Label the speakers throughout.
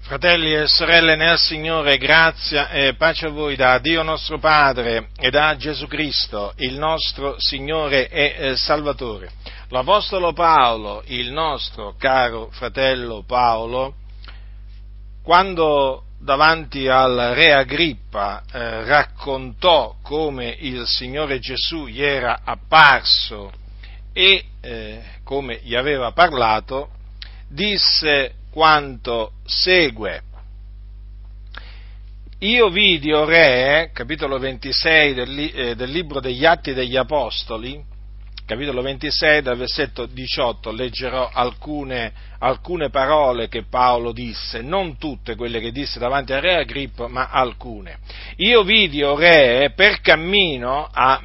Speaker 1: Fratelli e sorelle nel Signore, grazia e pace a voi da Dio nostro Padre e da Gesù Cristo, il nostro Signore e Salvatore. L'Apostolo Paolo, il nostro caro fratello Paolo, quando davanti al re Agrippa raccontò come il Signore Gesù gli era apparso e come gli aveva parlato, disse quanto segue: io vidi, o re, capitolo 26 del libro degli Atti degli Apostoli, capitolo 26 dal versetto 18, leggerò alcune parole che Paolo disse, non tutte quelle che disse davanti al re Agrippa, ma alcune. Io vidi, o re, per cammino a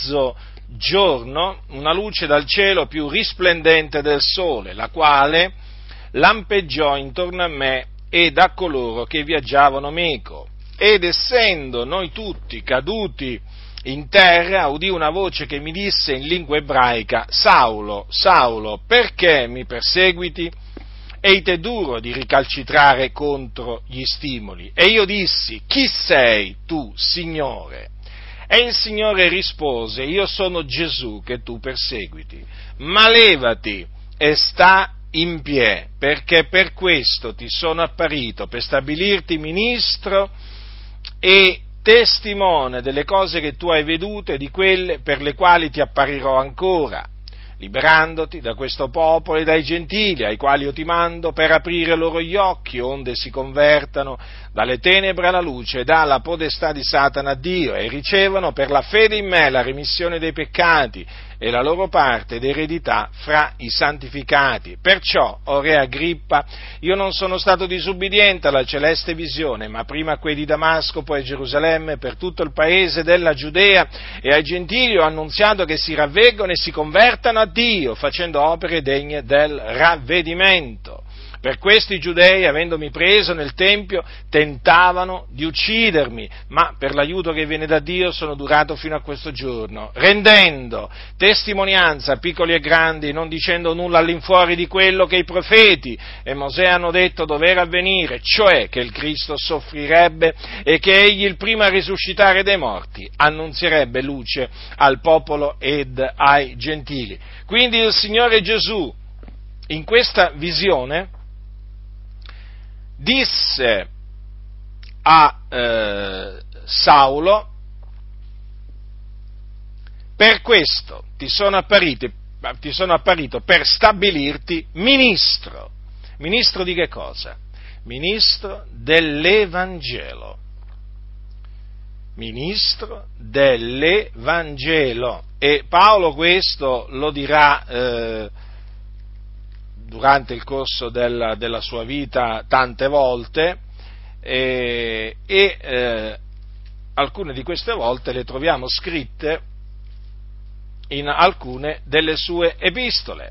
Speaker 1: mezzogiorno una luce dal cielo più risplendente del sole, la quale lampeggiò intorno a me ed a coloro che viaggiavano meco, ed essendo noi tutti caduti in terra, udì una voce che mi disse in lingua ebraica: Saulo, Saulo, perché mi perseguiti? Ehi te duro di ricalcitrare contro gli stimoli. E io dissi: chi sei tu, Signore? E il Signore rispose: io sono Gesù che tu perseguiti, ma levati e sta in piedi, perché per questo ti sono apparito, per stabilirti ministro e testimone delle cose che tu hai vedute e di quelle per le quali ti apparirò ancora, liberandoti da questo popolo e dai gentili, ai quali io ti mando, per aprire loro gli occhi, onde si convertano dalle tenebre alla luce e dalla potestà di Satana a Dio, e ricevano per la fede in me la remissione dei peccati e la loro parte d'eredità fra i santificati. Perciò, o re Agrippa, io non sono stato disubbidiente alla celeste visione, ma prima a quei di Damasco, poi a Gerusalemme, per tutto il paese della Giudea, e ai gentili ho annunziato che si ravveggano e si convertano a Dio, facendo opere degne del ravvedimento. Per questo i giudei, avendomi preso nel Tempio, tentavano di uccidermi, ma per l'aiuto che viene da Dio sono durato fino a questo giorno, rendendo testimonianza a piccoli e grandi, non dicendo nulla all'infuori di quello che i profeti e Mosè hanno detto dover avvenire, cioè che il Cristo soffrirebbe e che egli, il primo a risuscitare dai morti, annunzierebbe luce al popolo ed ai gentili. Quindi il Signore Gesù, in questa visione, disse a Saulo: per questo ti sono apparito per stabilirti ministro. Ministro di che cosa? Ministro dell'Evangelo. Ministro dell'Evangelo. E Paolo questo lo dirà durante il corso della sua vita tante volte, alcune di queste volte le troviamo scritte in alcune delle sue epistole.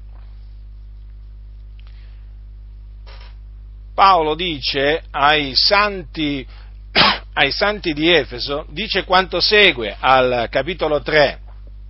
Speaker 1: Paolo dice ai santi di Efeso, dice quanto segue al capitolo 3: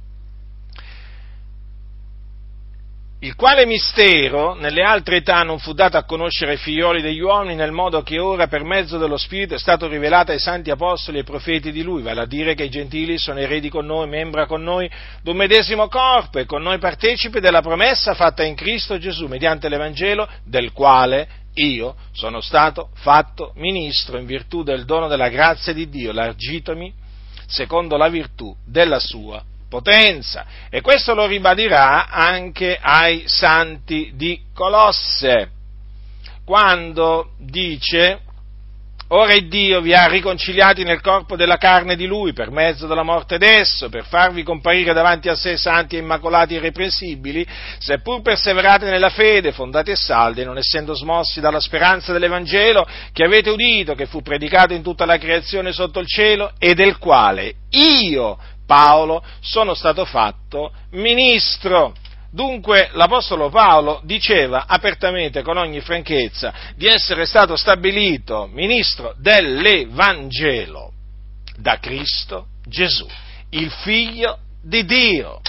Speaker 1: il quale mistero nelle altre età non fu dato a conoscere ai figlioli degli uomini, nel modo che ora per mezzo dello Spirito è stato rivelato ai santi apostoli e profeti di Lui, vale a dire che i gentili sono eredi con noi, membra con noi d'un medesimo corpo, e con noi partecipi della promessa fatta in Cristo Gesù mediante l'Evangelo, del quale io sono stato fatto ministro in virtù del dono della grazia di Dio, largitomi secondo la virtù della sua potenza. E questo lo ribadirà anche ai santi di Colosse, quando dice: ora il Dio vi ha riconciliati nel corpo della carne di Lui, per mezzo della morte d'esso, per farvi comparire davanti a sé santi e immacolati e irreprensibili, seppur perseverate nella fede, fondati e saldi, non essendo smossi dalla speranza dell'Evangelo che avete udito, che fu predicato in tutta la creazione sotto il cielo, e del quale io, Paolo, sono stato fatto ministro. Dunque l'Apostolo Paolo diceva apertamente, con ogni franchezza, di essere stato stabilito ministro dell'Evangelo da Cristo Gesù, il Figlio di Dio.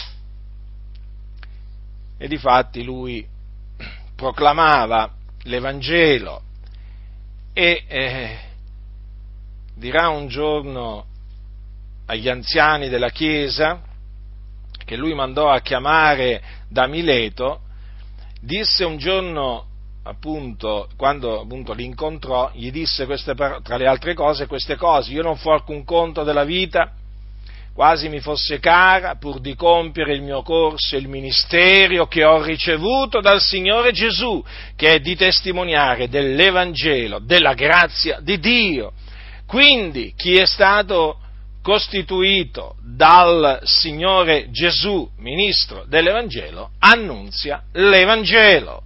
Speaker 1: E difatti lui proclamava l'Evangelo e dirà un giorno agli anziani della Chiesa, che lui mandò a chiamare da Mileto, disse un giorno, appunto, quando appunto li incontrò, gli disse tra le altre cose queste cose: io non fo alcun conto della vita, quasi mi fosse cara, pur di compiere il mio corso e il ministero che ho ricevuto dal Signore Gesù, che è di testimoniare dell'Evangelo, della grazia di Dio. Quindi chi è stato costituito dal Signore Gesù, ministro dell'Evangelo, annunzia l'Evangelo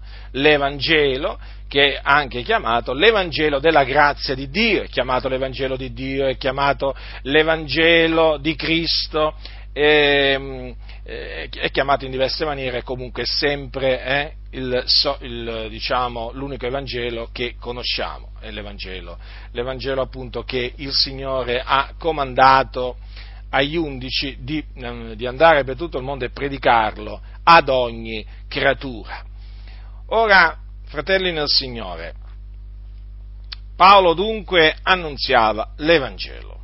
Speaker 1: che è anche chiamato l'Evangelo della grazia di Dio, è chiamato l'Evangelo di Dio, è chiamato l'Evangelo di Cristo, è chiamato in diverse maniere, comunque sempre l'unico Evangelo che conosciamo, è l'Evangelo appunto che il Signore ha comandato agli 11 di andare per tutto il mondo e predicarlo ad ogni creatura. Ora, fratelli nel Signore, Paolo dunque annunziava l'Evangelo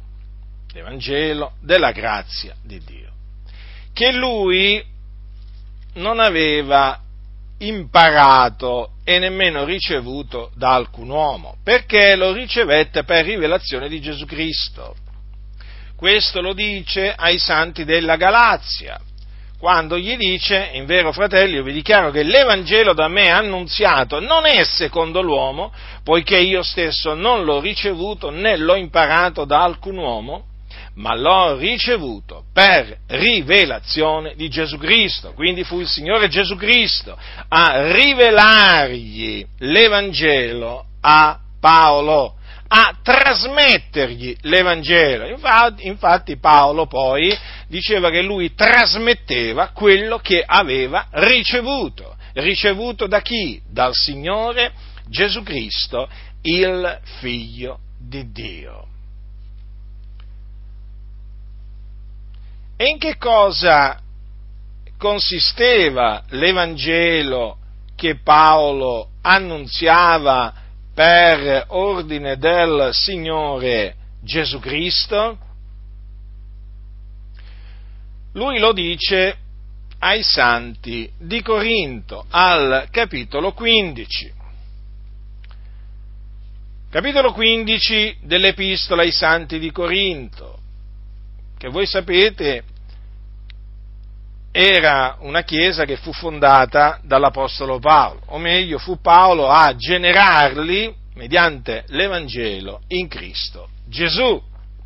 Speaker 1: della grazia di Dio, che lui non aveva imparato e nemmeno ricevuto da alcun uomo, perché lo ricevette per rivelazione di Gesù Cristo. Questo lo dice ai santi della Galazia, quando gli dice: in vero, fratelli, io vi dichiaro che l'Evangelo da me annunziato non è secondo l'uomo, poiché io stesso non l'ho ricevuto né l'ho imparato da alcun uomo, ma l'ho ricevuto per rivelazione di Gesù Cristo. Quindi fu il Signore Gesù Cristo a rivelargli l'Evangelo a Paolo, a trasmettergli l'Evangelo. Infatti Paolo poi diceva che lui trasmetteva quello che aveva ricevuto. Ricevuto da chi? Dal Signore Gesù Cristo, il Figlio di Dio. E in che cosa consisteva l'Evangelo che Paolo annunziava per ordine del Signore Gesù Cristo? Lui lo dice ai santi di Corinto, al capitolo 15. Capitolo 15 dell'Epistola ai santi di Corinto, che voi sapete era una chiesa che fu fondata dall'Apostolo Paolo, o meglio fu Paolo a generarli mediante l'Evangelo in Cristo Gesù.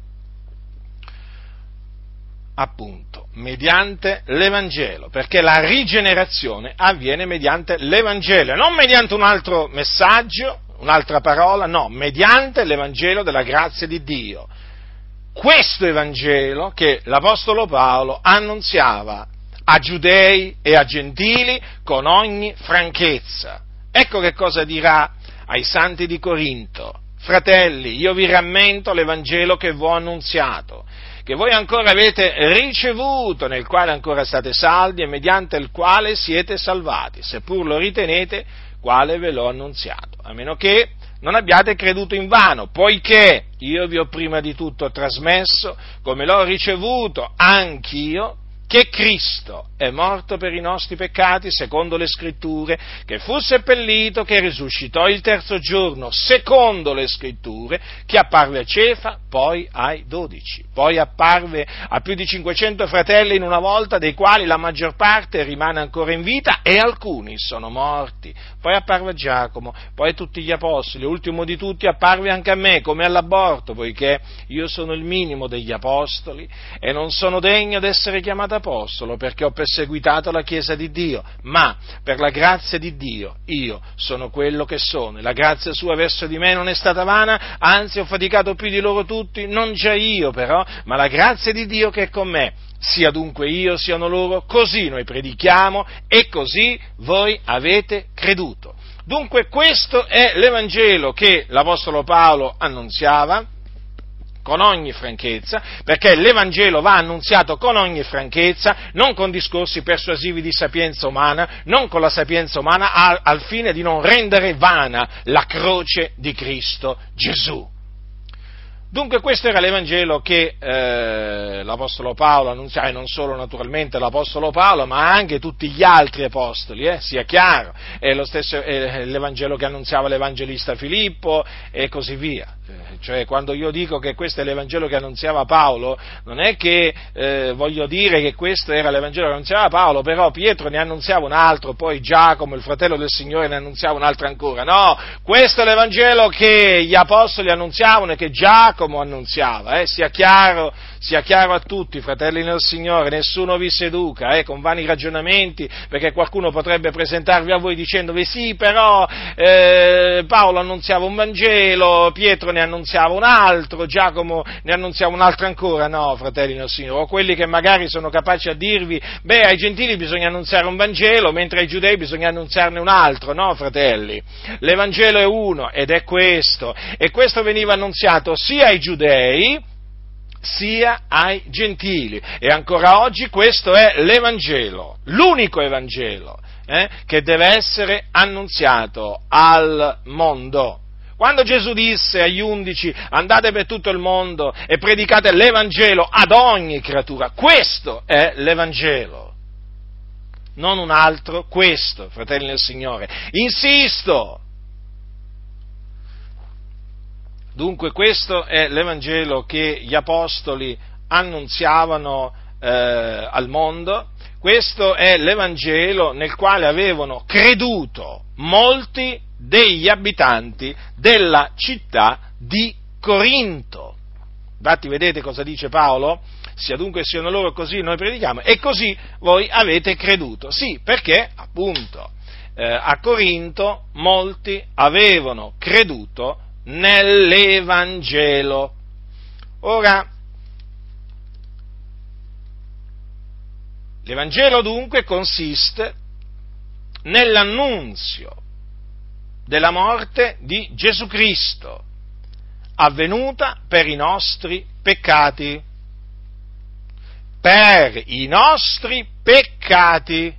Speaker 1: Appunto, mediante l'Evangelo, perché la rigenerazione avviene mediante l'Evangelo, non mediante un altro messaggio, un'altra parola, no, mediante l'Evangelo della grazia di Dio. Questo Evangelo che l'Apostolo Paolo annunziava a giudei e a gentili con ogni franchezza. Ecco che cosa dirà ai santi di Corinto: fratelli, io vi rammento l'Evangelo che vi ho annunziato, che voi ancora avete ricevuto, nel quale ancora state saldi e mediante il quale siete salvati, seppur lo ritenete quale ve l'ho annunziato, a meno che non abbiate creduto invano, poiché io vi ho prima di tutto trasmesso, come l'ho ricevuto anch'io, che Cristo è morto per i nostri peccati, secondo le Scritture, che fu seppellito, che risuscitò il terzo giorno, secondo le Scritture, che apparve a Cefa, poi ai 12, poi apparve a più di 500 fratelli in una volta, dei quali la maggior parte rimane ancora in vita e alcuni sono morti. Poi apparve a Giacomo, poi a tutti gli apostoli, ultimo di tutti apparve anche a me, come all'aborto, poiché io sono il minimo degli apostoli e non sono degno d'essere chiamato apostolo, perché ho perseguitato la Chiesa di Dio, ma per la grazia di Dio io sono quello che sono, e la grazia sua verso di me non è stata vana, anzi ho faticato più di loro tutti, non già io però, ma la grazia di Dio che è con me. Sia dunque io, siano loro, così noi predichiamo e così voi avete creduto. Dunque questo è l'Evangelo che l'Apostolo Paolo annunziava, con ogni franchezza, perché l'Evangelo va annunziato con ogni franchezza, non con discorsi persuasivi di sapienza umana, non con la sapienza umana, al fine di non rendere vana la croce di Cristo Gesù. Dunque questo era l'Evangelo che l'Apostolo Paolo annunziava, e non solo naturalmente l'Apostolo Paolo, ma anche tutti gli altri Apostoli, sia chiaro, è lo stesso l'Evangelo che annunziava l'Evangelista Filippo e così via. Cioè, quando io dico che questo è l'Evangelo che annunziava Paolo, non è che voglio dire che questo era l'Evangelo che annunziava Paolo, però Pietro ne annunziava un altro, poi Giacomo, il fratello del Signore, ne annunziava un altro ancora. No, questo è l'Evangelo che gli Apostoli annunziavano e che Giacomo annunziava, sia chiaro a tutti, fratelli nel Signore, nessuno vi seduca con vani ragionamenti, perché qualcuno potrebbe presentarvi a voi dicendovi sì, però Paolo annunziava un Vangelo, Pietro ne annunziava un altro, Giacomo ne annunziava un altro ancora. No, fratelli nel Signore, o quelli che magari sono capaci a dirvi, ai gentili bisogna annunziare un Vangelo, mentre ai giudei bisogna annunziarne un altro. No, fratelli, l'Evangelo è uno ed è questo, e questo veniva annunziato sia ai giudei sia ai gentili, e ancora oggi questo è l'Evangelo, l'unico Evangelo che deve essere annunziato al mondo. Quando Gesù disse agli 11 andate per tutto il mondo e predicate l'Evangelo ad ogni creatura, questo è l'Evangelo, non un altro, questo, fratelli del Signore. Insisto. Dunque questo è l'Evangelo che gli Apostoli annunziavano al mondo, questo è l'Evangelo nel quale avevano creduto molti degli abitanti della città di Corinto. Infatti vedete cosa dice Paolo? Sia dunque siano loro così noi predichiamo, e così voi avete creduto. Sì, perché appunto a Corinto molti avevano creduto nell'Evangelo. Ora, l'Evangelo dunque consiste nell'annunzio della morte di Gesù Cristo, avvenuta per i nostri peccati. Per i nostri peccati,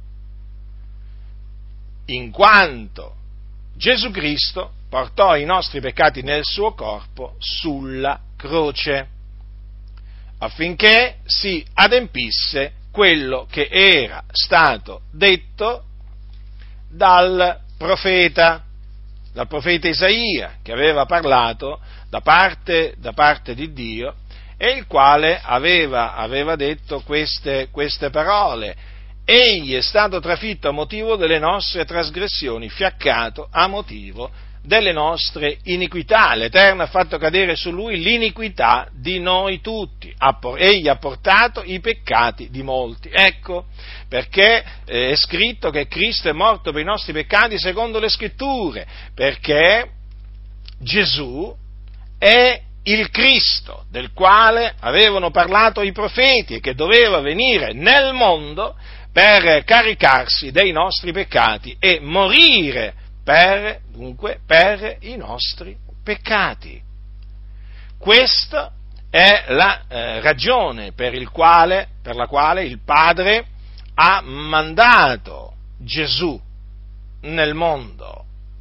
Speaker 1: in quanto Gesù Cristo portò i nostri peccati nel suo corpo sulla croce, affinché si adempisse quello che era stato detto dal profeta Isaia, che aveva parlato da parte di Dio, e il quale aveva detto queste parole: egli è stato trafitto a motivo delle nostre trasgressioni, fiaccato a motivo delle nostre iniquità. L'Eterno ha fatto cadere su lui l'iniquità di noi tutti. Egli ha portato i peccati di molti. Ecco perché è scritto che Cristo è morto per i nostri peccati secondo le Scritture, perché Gesù è il Cristo del quale avevano parlato i profeti e che doveva venire nel mondo per caricarsi dei nostri peccati e morire per i nostri peccati. Questa è la ragione per la quale il Padre ha mandato Gesù nel mondo,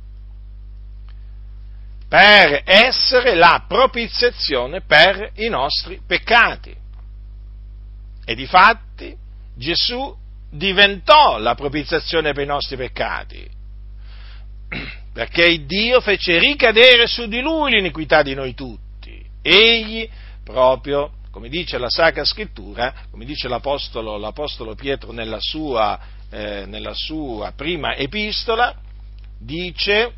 Speaker 1: per essere la propiziazione per i nostri peccati. E difatti Gesù diventò la propiziazione per i nostri peccati, perché Dio fece ricadere su di lui l'iniquità di noi tutti. Egli, proprio, come dice la Sacra Scrittura, come dice l'Apostolo Pietro nella sua prima epistola, dice: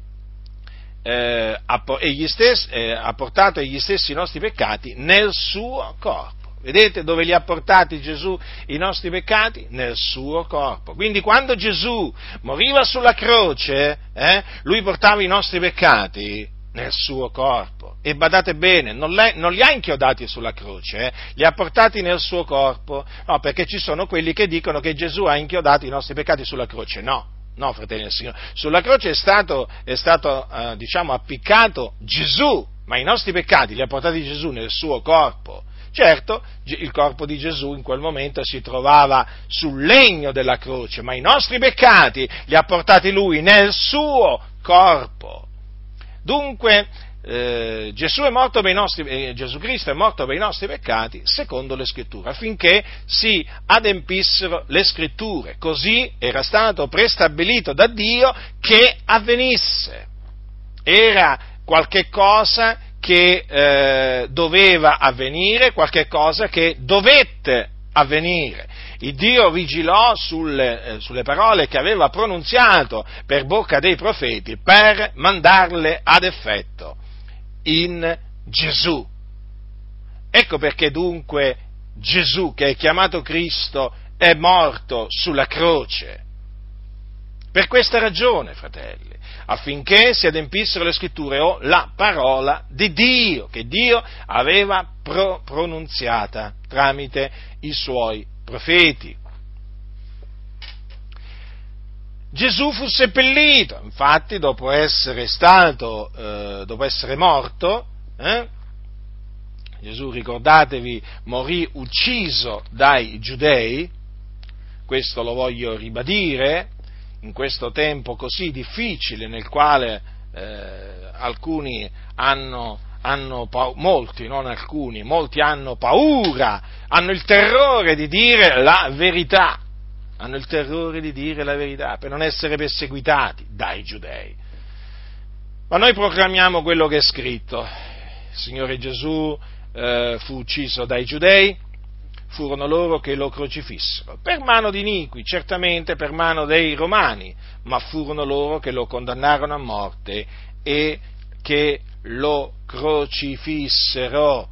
Speaker 1: ha portato egli stessi i nostri peccati nel suo corpo. Vedete dove li ha portati Gesù i nostri peccati? Nel suo corpo. Quindi quando Gesù moriva sulla croce, lui portava i nostri peccati nel suo corpo. E badate bene, non li ha inchiodati sulla croce, li ha portati nel suo corpo. No, perché ci sono quelli che dicono che Gesù ha inchiodato i nostri peccati sulla croce. No, fratelli del Signore, sulla croce è stato appiccato Gesù, ma i nostri peccati li ha portati Gesù nel suo corpo. Certo, il corpo di Gesù in quel momento si trovava sul legno della croce, ma i nostri peccati li ha portati Lui nel suo corpo. Dunque, Gesù Cristo è morto per i nostri peccati secondo le Scritture, affinché si adempissero le Scritture. Così era stato prestabilito da Dio che avvenisse. Era qualche cosa che doveva avvenire, qualche cosa che dovette avvenire. Il Dio vigilò sulle parole che aveva pronunziato per bocca dei profeti per mandarle ad effetto in Gesù. Ecco perché dunque Gesù, che è chiamato Cristo, è morto sulla croce. Per questa ragione, fratelli, affinché si adempissero le Scritture o la parola di Dio, che Dio aveva pronunziata tramite i suoi profeti. Gesù fu seppellito, infatti, dopo essere morto, Gesù, ricordatevi, morì ucciso dai giudei. Questo lo voglio ribadire in questo tempo così difficile, nel quale molti hanno paura, hanno il terrore di dire la verità, per non essere perseguitati dai giudei. Ma noi proclamiamo quello che è scritto. Il Signore Gesù fu ucciso dai giudei, furono loro che lo crocifissero, per mano di iniqui, certamente per mano dei romani, ma furono loro che lo condannarono a morte e che lo crocifissero.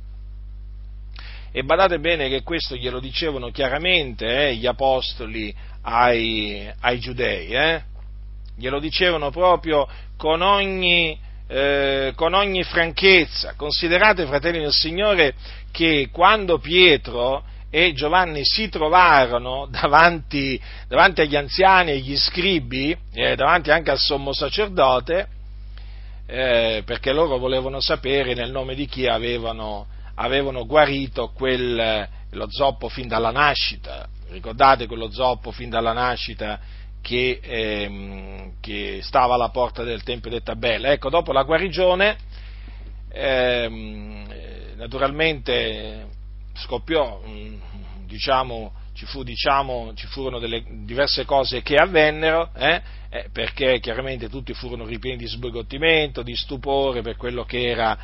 Speaker 1: E badate bene che questo glielo dicevano chiaramente gli apostoli ai giudei, glielo dicevano proprio con ogni franchezza. Considerate, fratelli del Signore, che quando Pietro e Giovanni si trovarono davanti agli anziani e agli scribi, davanti anche al sommo sacerdote, perché loro volevano sapere nel nome di chi avevano guarito lo zoppo fin dalla nascita. Ricordate quello zoppo fin dalla nascita che stava alla porta del Tempio di Tabella? Ecco, dopo la guarigione, naturalmente scoppiò, ci furono delle diverse cose che avvennero, perché chiaramente tutti furono ripieni di sbigottimento, di stupore per quello che era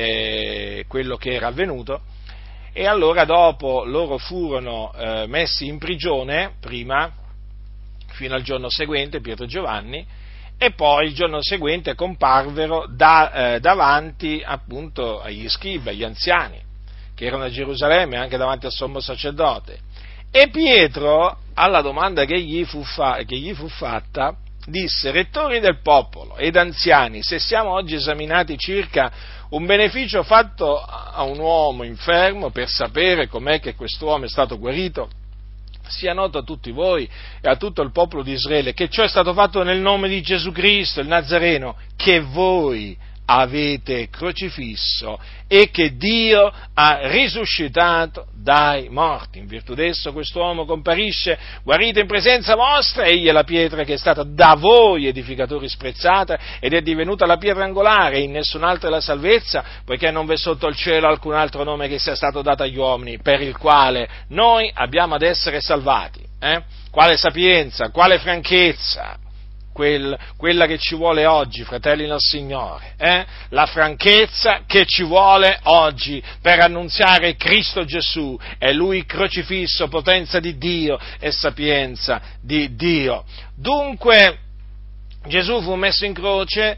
Speaker 1: avvenuto, e allora dopo loro furono messi in prigione prima, fino al giorno seguente, Pietro e Giovanni, e poi il giorno seguente comparvero davanti appunto agli scribi, agli anziani, che erano a Gerusalemme, anche davanti al sommo sacerdote. E Pietro, alla domanda che gli fu fatta, disse: rettori del popolo ed anziani, se siamo oggi esaminati circa un beneficio fatto a un uomo infermo, per sapere com'è che quest'uomo è stato guarito, sia noto a tutti voi e a tutto il popolo di Israele che ciò è stato fatto nel nome di Gesù Cristo, il Nazareno, che voi avete crocifisso e che Dio ha risuscitato dai morti. In virtù d'esso quest'uomo comparisce guarito in presenza vostra, egli è la pietra che è stata da voi edificatori sprezzata ed è divenuta la pietra angolare, in nessun'altra è la salvezza, poiché non v'è sotto il cielo alcun altro nome che sia stato dato agli uomini, per il quale noi abbiamo ad essere salvati. Quale sapienza, quale franchezza! Quella che ci vuole oggi, fratelli del Signore, la franchezza che ci vuole oggi per annunziare Cristo Gesù, è Lui crocifisso, potenza di Dio e sapienza di Dio. Dunque Gesù fu messo in croce,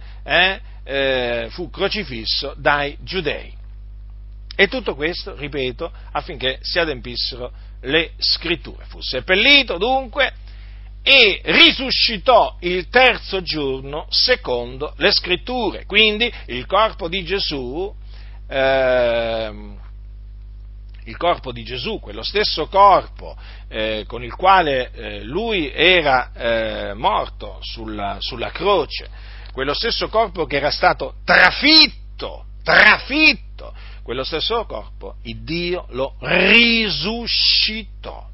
Speaker 1: fu crocifisso dai giudei. E tutto questo, ripeto, affinché si adempissero le Scritture. Fu seppellito dunque e risuscitò il terzo giorno secondo le Scritture. Quindi il corpo di Gesù, quello stesso corpo con il quale lui era morto sulla croce, quello stesso corpo che era stato trafitto trafitto, quello stesso corpo, il Dio lo risuscitò.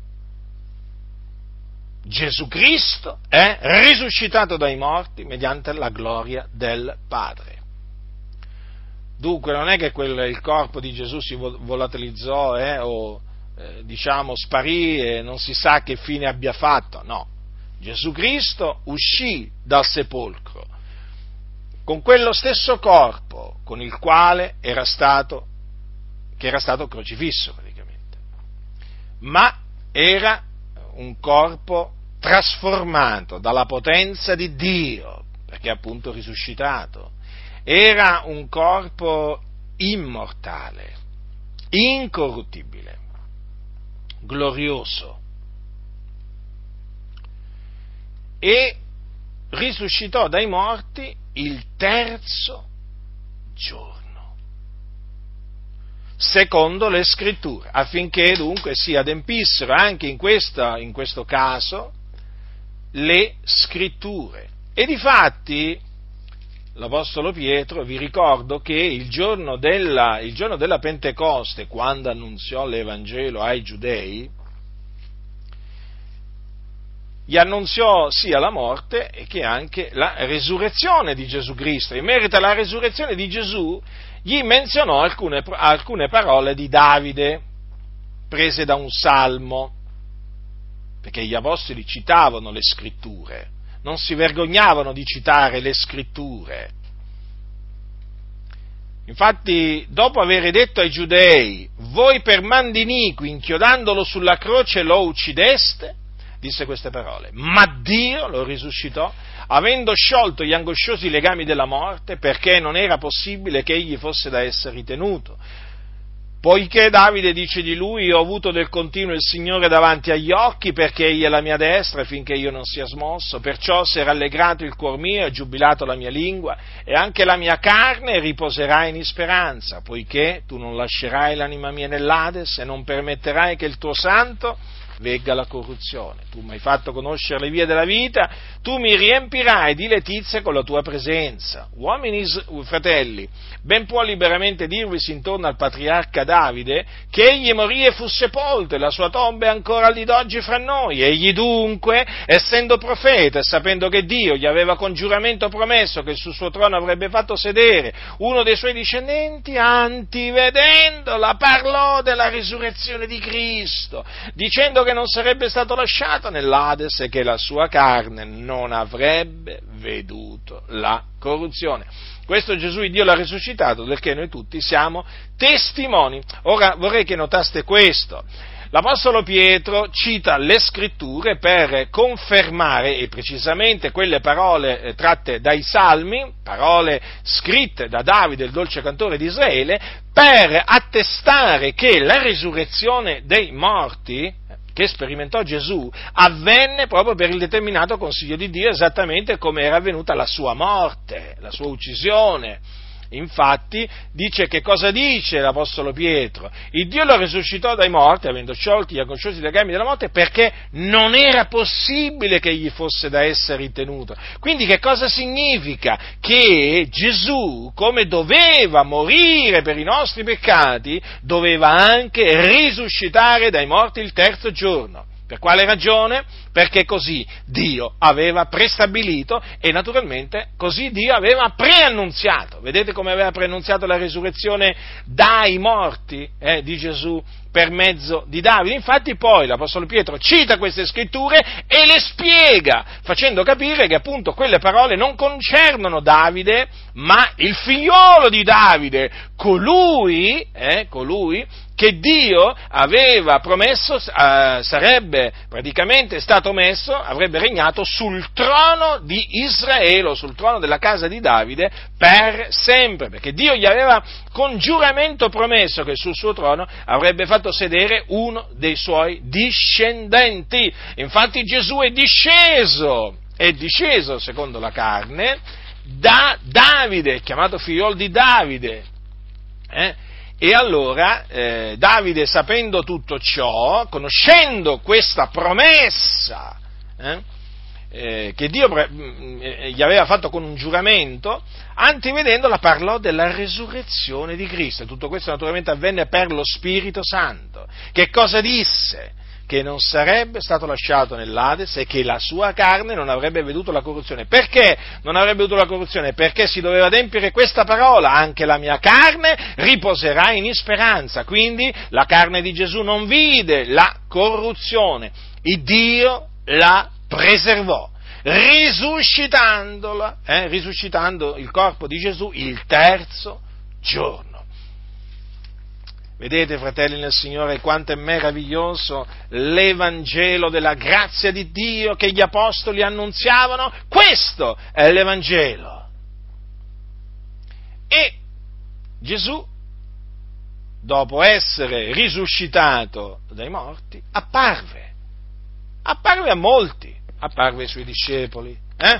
Speaker 1: Gesù Cristo è risuscitato dai morti mediante la gloria del Padre. Dunque non è che il corpo di Gesù si volatilizzò sparì e non si sa che fine abbia fatto, no. Gesù Cristo uscì dal sepolcro con quello stesso corpo con il quale che era stato crocifisso praticamente, ma era un corpo trasformato dalla potenza di Dio, perché appunto risuscitato. Era un corpo immortale, incorruttibile, glorioso, e risuscitò dai morti il terzo giorno, secondo le Scritture, affinché dunque si adempissero anche in questo caso le Scritture. E difatti l'Apostolo Pietro, vi ricordo che il giorno della Pentecoste, quando annunziò l'Evangelo ai Giudei, gli annunziò sia la morte che anche la resurrezione di Gesù Cristo. In merito alla resurrezione di Gesù, gli menzionò alcune parole di Davide, prese da un salmo, perché gli apostoli citavano le Scritture, non si vergognavano di citare le Scritture. Infatti, dopo aver detto ai Giudei, voi per mandi iniqui, inchiodandolo sulla croce, lo uccideste, disse queste parole, ma Dio lo risuscitò, avendo sciolto gli angosciosi legami della morte, perché non era possibile che egli fosse da esse ritenuto. Poiché Davide dice di lui, io ho avuto del continuo il Signore davanti agli occhi, perché egli è la mia destra, finché io non sia smosso, perciò si è rallegrato il cuor mio, è giubilato la mia lingua, e anche la mia carne riposerà in speranza, poiché tu non lascerai l'anima mia nell'Ades, e non permetterai che il tuo santo vegga la corruzione. Tu mi hai fatto conoscere le vie della vita, tu mi riempirai di letizia con la tua presenza. Uomini, fratelli, ben può liberamente dirvisi intorno al patriarca Davide che egli morì e fu sepolto e la sua tomba è ancora lì d'oggi fra noi. Egli dunque, essendo profeta e sapendo che Dio gli aveva con giuramento promesso che sul suo trono avrebbe fatto sedere uno dei suoi discendenti, antivedendola parlò della risurrezione di Cristo, dicendo che non sarebbe stato lasciato nell'Ades e che la sua carne non avrebbe veduto la corruzione. Questo Gesù il Dio l'ha risuscitato, del che noi tutti siamo testimoni. Ora vorrei che notaste questo. L'Apostolo Pietro cita le Scritture per confermare, e precisamente quelle parole tratte dai Salmi, parole scritte da Davide, il dolce cantore di Israele, per attestare che la risurrezione dei morti che sperimentò Gesù avvenne proprio per il determinato consiglio di Dio, esattamente come era avvenuta la sua morte, la sua uccisione. Infatti, che cosa dice l'Apostolo Pietro? Il Dio lo risuscitò dai morti, avendo sciolti gli angosciosi legami della morte, perché non era possibile che gli fosse da essere ritenuto. Quindi che cosa significa? Che Gesù, come doveva morire per i nostri peccati, doveva anche risuscitare dai morti il terzo giorno. Per quale ragione? Perché così Dio aveva prestabilito e naturalmente così Dio aveva preannunziato. Vedete come aveva preannunziato la risurrezione dai morti di Gesù per mezzo di Davide? Infatti poi l'Apostolo Pietro cita queste scritture e le spiega, facendo capire che appunto quelle parole non concernono Davide, ma il figliolo di Davide, colui che Dio aveva promesso sarebbe praticamente stato messo, avrebbe regnato sul trono di Israele, sul trono della casa di Davide per sempre, perché Dio gli aveva con giuramento promesso che sul suo trono avrebbe fatto sedere uno dei suoi discendenti. Infatti Gesù è disceso secondo la carne da Davide, chiamato figliolo di Davide. E allora Davide, sapendo tutto ciò, conoscendo questa promessa gli aveva fatto con un giuramento, antivedendola parlò della resurrezione di Cristo. E tutto questo naturalmente avvenne per lo Spirito Santo. Che cosa disse? Che non sarebbe stato lasciato nell'Ades e che la sua carne non avrebbe veduto la corruzione. Perché non avrebbe veduto la corruzione? Perché si doveva adempiere questa parola: anche la mia carne riposerà in speranza. Quindi la carne di Gesù non vide la corruzione, il Dio la preservò, risuscitando il corpo di Gesù il terzo giorno. Vedete, fratelli nel Signore, quanto è meraviglioso l'Evangelo della grazia di Dio che gli apostoli annunziavano? Questo è l'Evangelo. E Gesù, dopo essere risuscitato dai morti, apparve a molti, apparve ai suoi discepoli, a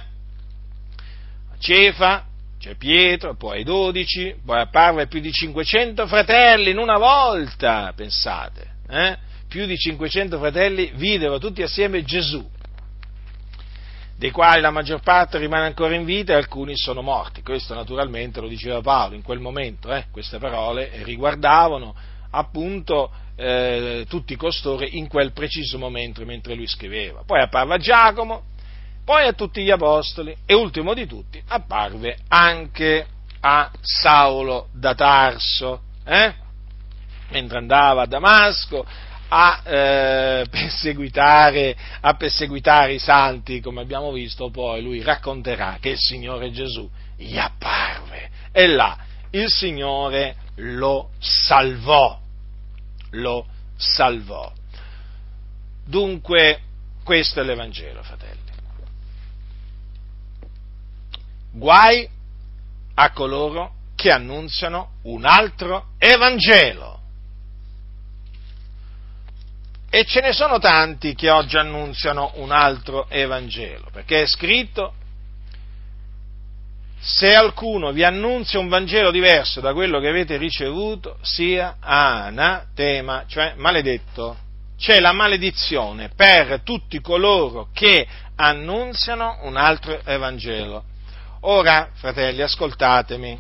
Speaker 1: Cefa, c'è Pietro, poi ai 12, poi apparve a più di 500 fratelli in una volta, pensate, più di 500 fratelli videro tutti assieme Gesù, dei quali la maggior parte rimane ancora in vita e alcuni sono morti. Questo naturalmente lo diceva Paolo in quel momento, queste parole riguardavano appunto tutti costoro in quel preciso momento mentre lui scriveva. Poi apparve a Giacomo, poi a tutti gli apostoli e ultimo di tutti apparve anche a Saulo da Tarso, mentre andava a Damasco a perseguitare i santi, come abbiamo visto. Poi lui racconterà che il Signore Gesù gli apparve e là il Signore lo salvò. Dunque questo è l'Evangelo, fratelli. Guai a coloro che annunziano un altro Evangelo. E ce ne sono tanti che oggi annunziano un altro Evangelo, perché è scritto: se alcuno vi annunzia un Vangelo diverso da quello che avete ricevuto, sia anatema, cioè maledetto. C'è la maledizione per tutti coloro che annunziano un altro Evangelo. Ora, fratelli, ascoltatemi.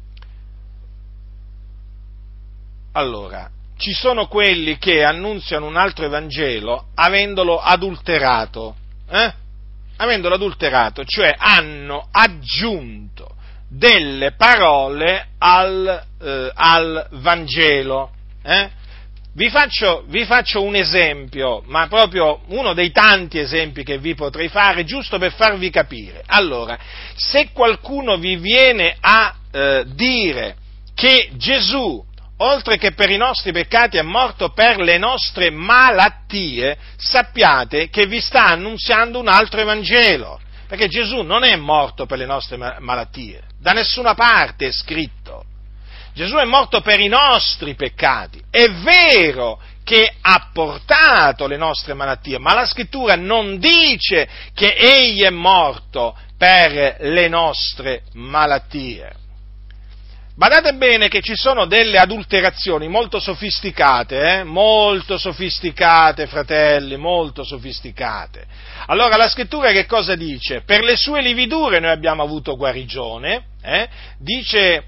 Speaker 1: Allora, ci sono quelli che annunziano un altro Evangelo avendolo adulterato, cioè hanno aggiunto delle parole al Vangelo. Vi faccio un esempio, ma proprio uno dei tanti esempi che vi potrei fare, giusto per farvi capire. Allora, se qualcuno vi viene a dire che Gesù, oltre che per i nostri peccati, è morto per le nostre malattie, sappiate che vi sta annunziando un altro Evangelo, perché Gesù non è morto per le nostre malattie, da nessuna parte è scritto. Gesù è morto per i nostri peccati. È vero che ha portato le nostre malattie, ma la Scrittura non dice che Egli è morto per le nostre malattie. Badate bene che ci sono delle adulterazioni molto sofisticate, fratelli, molto sofisticate. Allora la Scrittura che cosa dice? Per le sue lividure noi abbiamo avuto guarigione, dice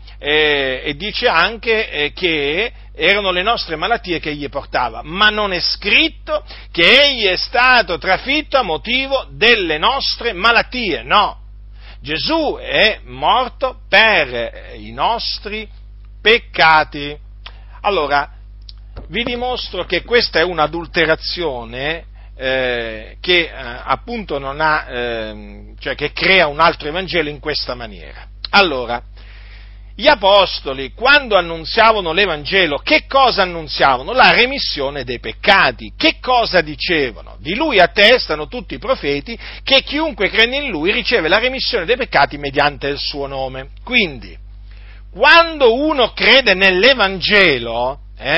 Speaker 1: anche che erano le nostre malattie che egli portava, ma non è scritto che egli è stato trafitto a motivo delle nostre malattie, no. Gesù è morto per i nostri peccati. Allora, vi dimostro che questa è un'adulterazione che appunto non ha, cioè che crea un altro Evangelo in questa maniera. Allora, gli apostoli, quando annunziavano l'Evangelo, che cosa annunziavano? La remissione dei peccati. Che cosa dicevano? Di lui attestano tutti i profeti che chiunque crede in lui riceve la remissione dei peccati mediante il suo nome. Quindi, quando uno crede nell'Evangelo,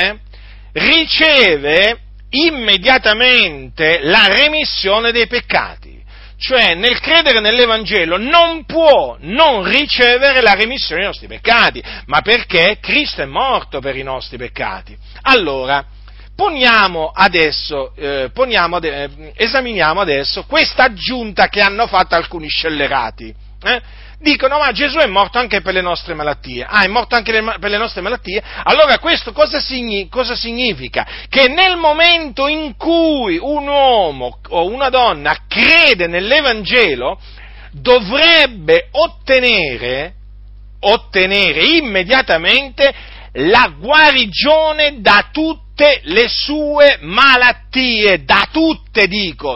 Speaker 1: riceve immediatamente la remissione dei peccati. Cioè, nel credere nell'Evangelo non può non ricevere la remissione dei nostri peccati, ma perché Cristo è morto per i nostri peccati. Allora, esaminiamo adesso questa aggiunta che hanno fatto alcuni scellerati. Dicono, ma Gesù è morto anche per le nostre malattie. Ah, è morto anche per le nostre malattie? Allora questo cosa significa? Che nel momento in cui un uomo o una donna crede nell'Evangelo, dovrebbe ottenere immediatamente la guarigione da tutte le sue malattie, da tutte,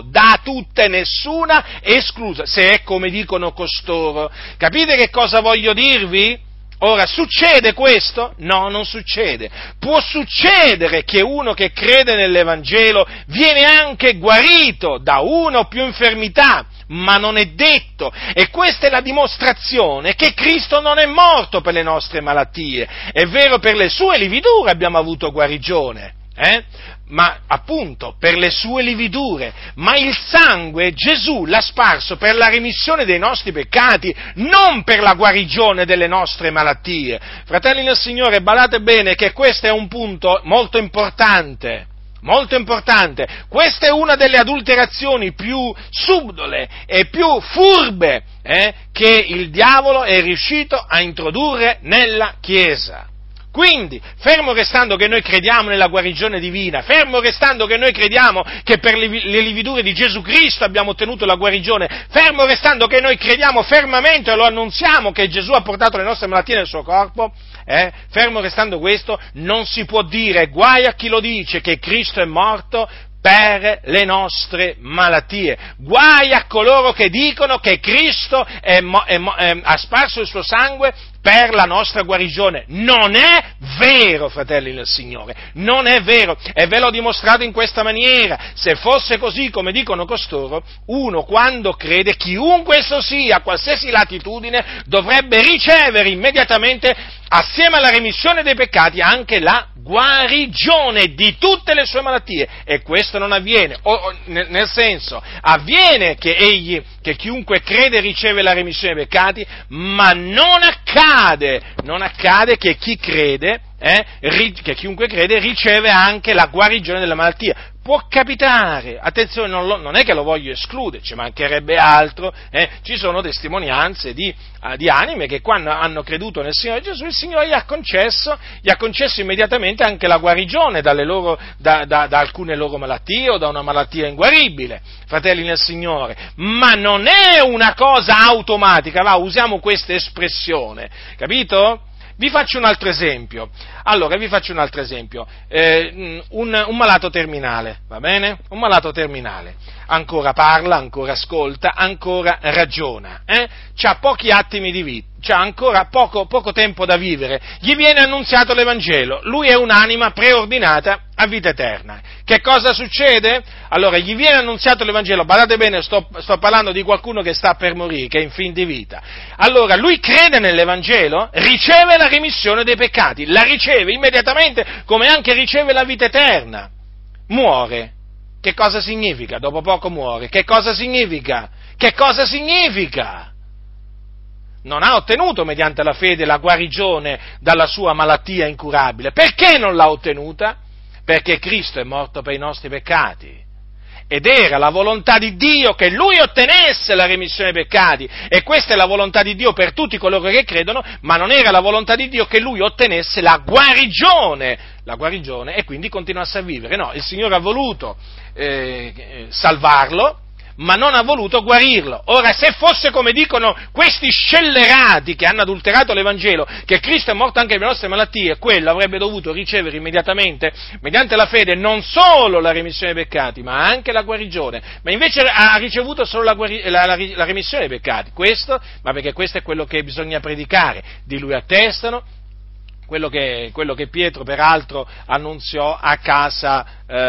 Speaker 1: nessuna esclusa, se è come dicono costoro. Capite che cosa voglio dirvi? Ora, succede questo? No, non succede. Può succedere che uno che crede nell'Evangelo viene anche guarito da una o più infermità, ma non è detto, e questa è la dimostrazione che Cristo non è morto per le nostre malattie. È vero, per le sue lividure abbiamo avuto guarigione, ma appunto per le sue lividure, ma il sangue Gesù l'ha sparso per la remissione dei nostri peccati, non per la guarigione delle nostre malattie. Fratelli del Signore, badate bene che questo è un punto molto importante. Molto importante, questa è una delle adulterazioni più subdole e più furbe che il diavolo è riuscito a introdurre nella Chiesa. Quindi, fermo restando che noi crediamo nella guarigione divina, fermo restando che noi crediamo che per le lividure di Gesù Cristo abbiamo ottenuto la guarigione, fermo restando che noi crediamo fermamente e lo annunziamo che Gesù ha portato le nostre malattie nel suo corpo, fermo restando questo, non si può dire, guai a chi lo dice, che Cristo è morto per le nostre malattie. Guai a coloro che dicono che Cristo ha sparso il suo sangue per la nostra guarigione. Non è vero, fratelli del Signore, non è vero, e ve l'ho dimostrato in questa maniera. Se fosse così, come dicono costoro, uno quando crede, chiunque esso sia, a qualsiasi latitudine, dovrebbe ricevere immediatamente, assieme alla remissione dei peccati, anche la guarigione di tutte le sue malattie, e questo non avviene, nel senso, avviene che chiunque crede riceve la remissione dei peccati, ma non accade che chi crede, che chiunque crede riceve anche la guarigione della malattia. Può capitare, attenzione, non è che lo voglio escludere, ci mancherebbe altro, ci sono testimonianze di anime che quando hanno creduto nel Signore Gesù, il Signore gli ha concesso immediatamente anche la guarigione da alcune loro malattie o da una malattia inguaribile, fratelli nel Signore, ma non è una cosa automatica, usiamo questa espressione, capito? Vi faccio un altro esempio. Un malato terminale, va bene? Un malato terminale. Ancora parla, ancora ascolta, ancora ragiona, c'ha pochi attimi di vita, c'ha ancora poco tempo da vivere. Gli viene annunziato l'Evangelo. Lui è un'anima preordinata a vita eterna. Che cosa succede? Allora, gli viene annunziato l'Evangelo, badate bene, sto parlando di qualcuno che sta per morire, che è in fin di vita. Allora, lui crede nell'Evangelo, riceve la remissione dei peccati, la riceve immediatamente, come anche riceve la vita eterna. Muore. Che cosa significa? Dopo poco muore. Che cosa significa? Non ha ottenuto mediante la fede la guarigione dalla sua malattia incurabile. Perché non l'ha ottenuta? Perché Cristo è morto per i nostri peccati. Ed era la volontà di Dio che Lui ottenesse la remissione dei peccati, e questa è la volontà di Dio per tutti coloro che credono, ma non era la volontà di Dio che Lui ottenesse la guarigione e quindi continuasse a vivere. No, il Signore ha voluto salvarlo, ma non ha voluto guarirlo. Ora, se fosse come dicono questi scellerati che hanno adulterato l'Evangelo, che Cristo è morto anche per le nostre malattie, quello avrebbe dovuto ricevere immediatamente, mediante la fede, non solo la remissione dei peccati, ma anche la guarigione. Ma invece ha ricevuto solo la remissione dei peccati. Questo, ma perché questo è quello che bisogna predicare. Di Lui attestano quello che Pietro peraltro annunziò a casa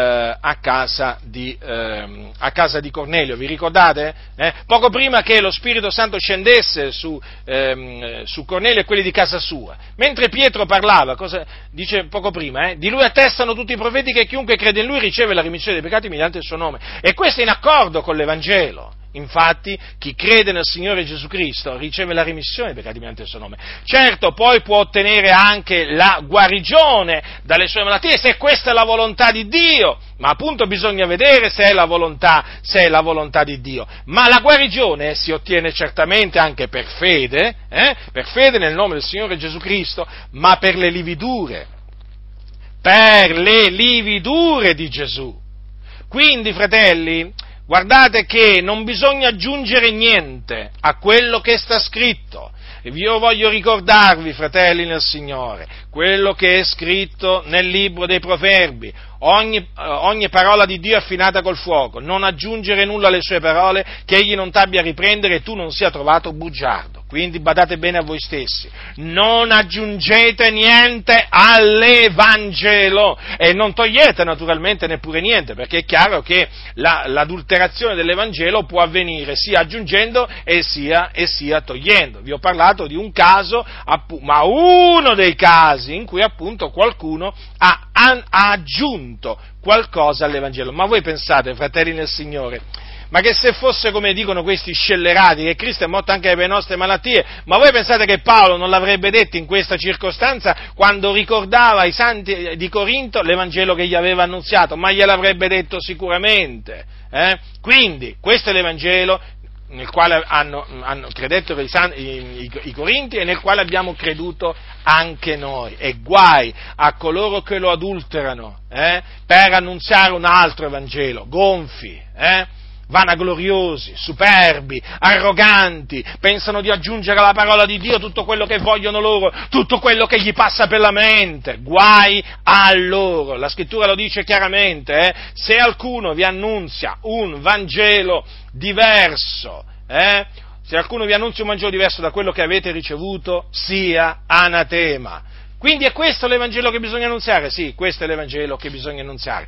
Speaker 1: di Cornelio, vi ricordate? Poco prima che lo Spirito Santo scendesse su Cornelio e quelli di casa sua, mentre Pietro parlava, dice poco prima, di lui attestano tutti i profeti che chiunque crede in lui riceve la remissione dei peccati mediante il suo nome, e questo è in accordo con l'Evangelo. infatti, chi crede nel Signore Gesù Cristo riceve la remissione dei peccati mediante il suo nome. Certo, poi può ottenere anche la guarigione dalle sue malattie, se questa è la volontà di Dio, ma appunto bisogna vedere se è la volontà di Dio. Ma la guarigione si ottiene certamente anche per fede nel nome del Signore Gesù Cristo, ma per le lividure di Gesù. Quindi, fratelli, guardate che non bisogna aggiungere niente a quello che sta scritto. Io voglio ricordarvi, fratelli nel Signore, quello che è scritto nel libro dei Proverbi. Ogni parola di Dio è affinata col fuoco. Non aggiungere nulla alle sue parole, che egli non t'abbia a riprendere e tu non sia trovato bugiardo. Quindi badate bene a voi stessi, non aggiungete niente all'Evangelo e non togliete naturalmente neppure niente, perché è chiaro che l'adulterazione dell'Evangelo può avvenire sia aggiungendo e sia togliendo. Vi ho parlato di un caso, ma uno dei casi in cui appunto qualcuno ha aggiunto qualcosa all'Evangelo. Ma voi pensate, fratelli nel Signore, ma che se fosse come dicono questi scellerati, che Cristo è morto anche per le nostre malattie, ma voi pensate che Paolo non l'avrebbe detto in questa circostanza quando ricordava ai santi di Corinto l'Evangelo che gli aveva annunziato? Ma gliel'avrebbe detto sicuramente. Quindi, questo è l'Evangelo nel quale hanno creduto i Corinti e nel quale abbiamo creduto anche noi. E guai a coloro che lo adulterano per annunziare un altro Evangelo, gonfi, vanagloriosi, superbi, arroganti, pensano di aggiungere alla parola di Dio tutto quello che vogliono loro, tutto quello che gli passa per la mente. Guai a loro. La Scrittura lo dice chiaramente, se alcuno vi annunzia un Vangelo diverso, se alcuno vi annunzia un Vangelo diverso da quello che avete ricevuto, sia anatema. Quindi è questo l'Evangelo che bisogna annunziare? Sì, questo è l'Evangelo che bisogna annunziare.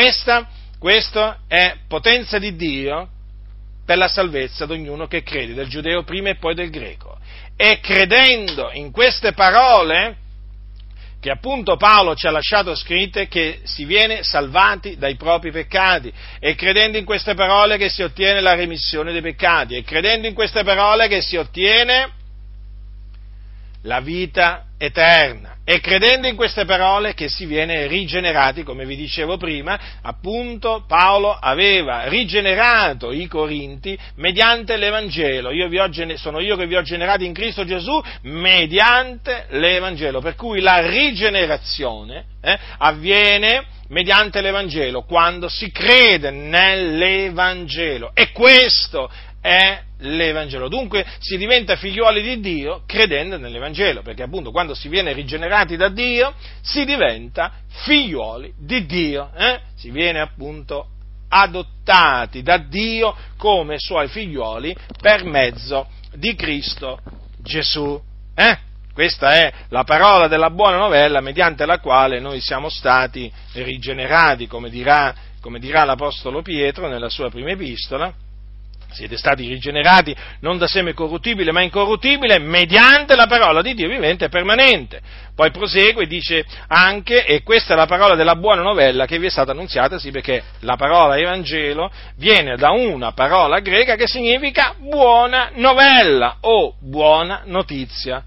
Speaker 1: Questo è potenza di Dio per la salvezza di ognuno che crede, del giudeo prima e poi del greco. E credendo in queste parole, che appunto Paolo ci ha lasciato scritte, che si viene salvati dai propri peccati, e credendo in queste parole che si ottiene la remissione dei peccati, e credendo in queste parole che si ottiene la vita eterna, e credendo in queste parole che si viene rigenerati, come vi dicevo prima, appunto Paolo aveva rigenerato i Corinti mediante l'Evangelo. Sono io che vi ho generati in Cristo Gesù mediante l'Evangelo, per cui la rigenerazione avviene mediante l'Evangelo, quando si crede nell'Evangelo, e questo è l'Evangelo. Dunque si diventa figliuoli di Dio credendo nell'Evangelo, perché appunto quando si viene rigenerati da Dio si diventa figliuoli di Dio, si viene appunto adottati da Dio come suoi figliuoli per mezzo di Cristo Gesù. Questa è la parola della buona novella mediante la quale noi siamo stati rigenerati, come dirà l'Apostolo Pietro nella sua prima epistola. Siete stati rigenerati non da seme corruttibile ma incorruttibile mediante la parola di Dio vivente e permanente. Poi prosegue e dice anche, e questa è la parola della buona novella che vi è stata annunziata, sì, perché la parola Evangelo viene da una parola greca che significa buona novella o buona notizia.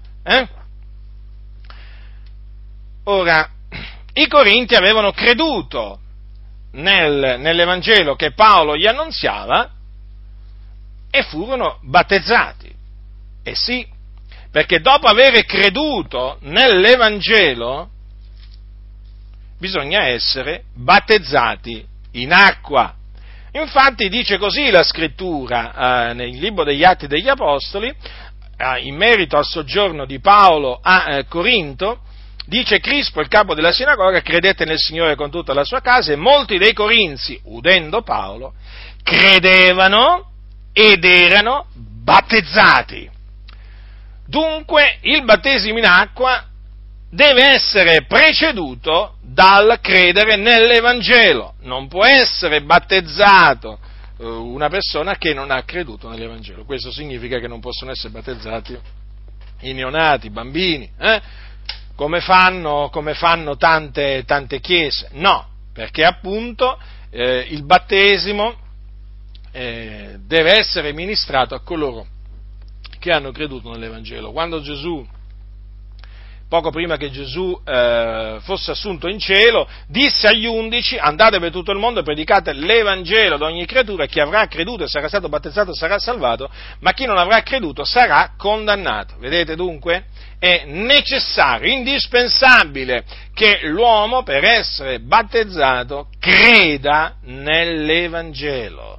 Speaker 1: Ora, i Corinti avevano creduto nell'Evangelo che Paolo gli annunziava e furono battezzati. E sì, perché dopo aver creduto nell'Evangelo bisogna essere battezzati in acqua. Infatti dice così la Scrittura nel libro degli Atti degli Apostoli, in merito al soggiorno di Paolo a Corinto, dice: Crispo, il capo della sinagoga, credette nel Signore con tutta la sua casa, e molti dei corinzi, udendo Paolo, credevano ed erano battezzati. Dunque il battesimo in acqua deve essere preceduto dal credere nell'Evangelo. Non può essere battezzato una persona che non ha creduto nell'Evangelo. Questo significa che non possono essere battezzati i neonati, i bambini, come fanno tante chiese. No, perché appunto il battesimo deve essere ministrato a coloro che hanno creduto nell'Evangelo. Quando poco prima che Gesù fosse assunto in cielo, disse agli 11: andate per tutto il mondo e predicate l'Evangelo ad ogni creatura, e chi avrà creduto e sarà stato battezzato sarà salvato, ma chi non avrà creduto sarà condannato. Vedete dunque? È necessario, indispensabile che l'uomo, per essere battezzato, creda nell'Evangelo.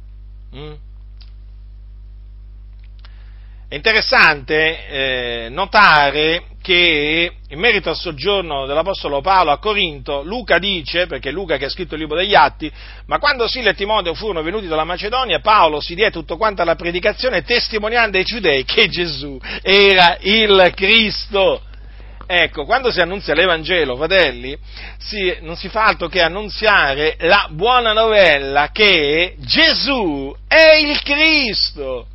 Speaker 1: È interessante notare che in merito al soggiorno dell'Apostolo Paolo a Corinto, Luca dice, perché è Luca che ha scritto il libro degli Atti: ma quando Sila e Timoteo furono venuti dalla Macedonia, Paolo si diede tutto quanto alla predicazione, testimoniando ai giudei che Gesù era il Cristo. Ecco, quando si annunzia l'Evangelo, fratelli, non si fa altro che annunziare la buona novella che Gesù è il Cristo.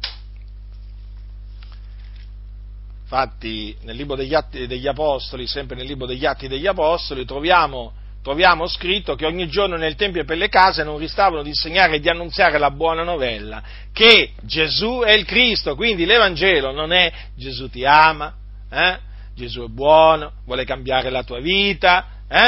Speaker 1: Infatti, nel libro degli Atti degli Apostoli, sempre nel libro degli Atti degli Apostoli, troviamo scritto che ogni giorno nel Tempio e per le case non ristavano di insegnare e di annunziare la buona novella, che Gesù è il Cristo. Quindi l'Evangelo non è Gesù ti ama, Gesù è buono, vuole cambiare la tua vita,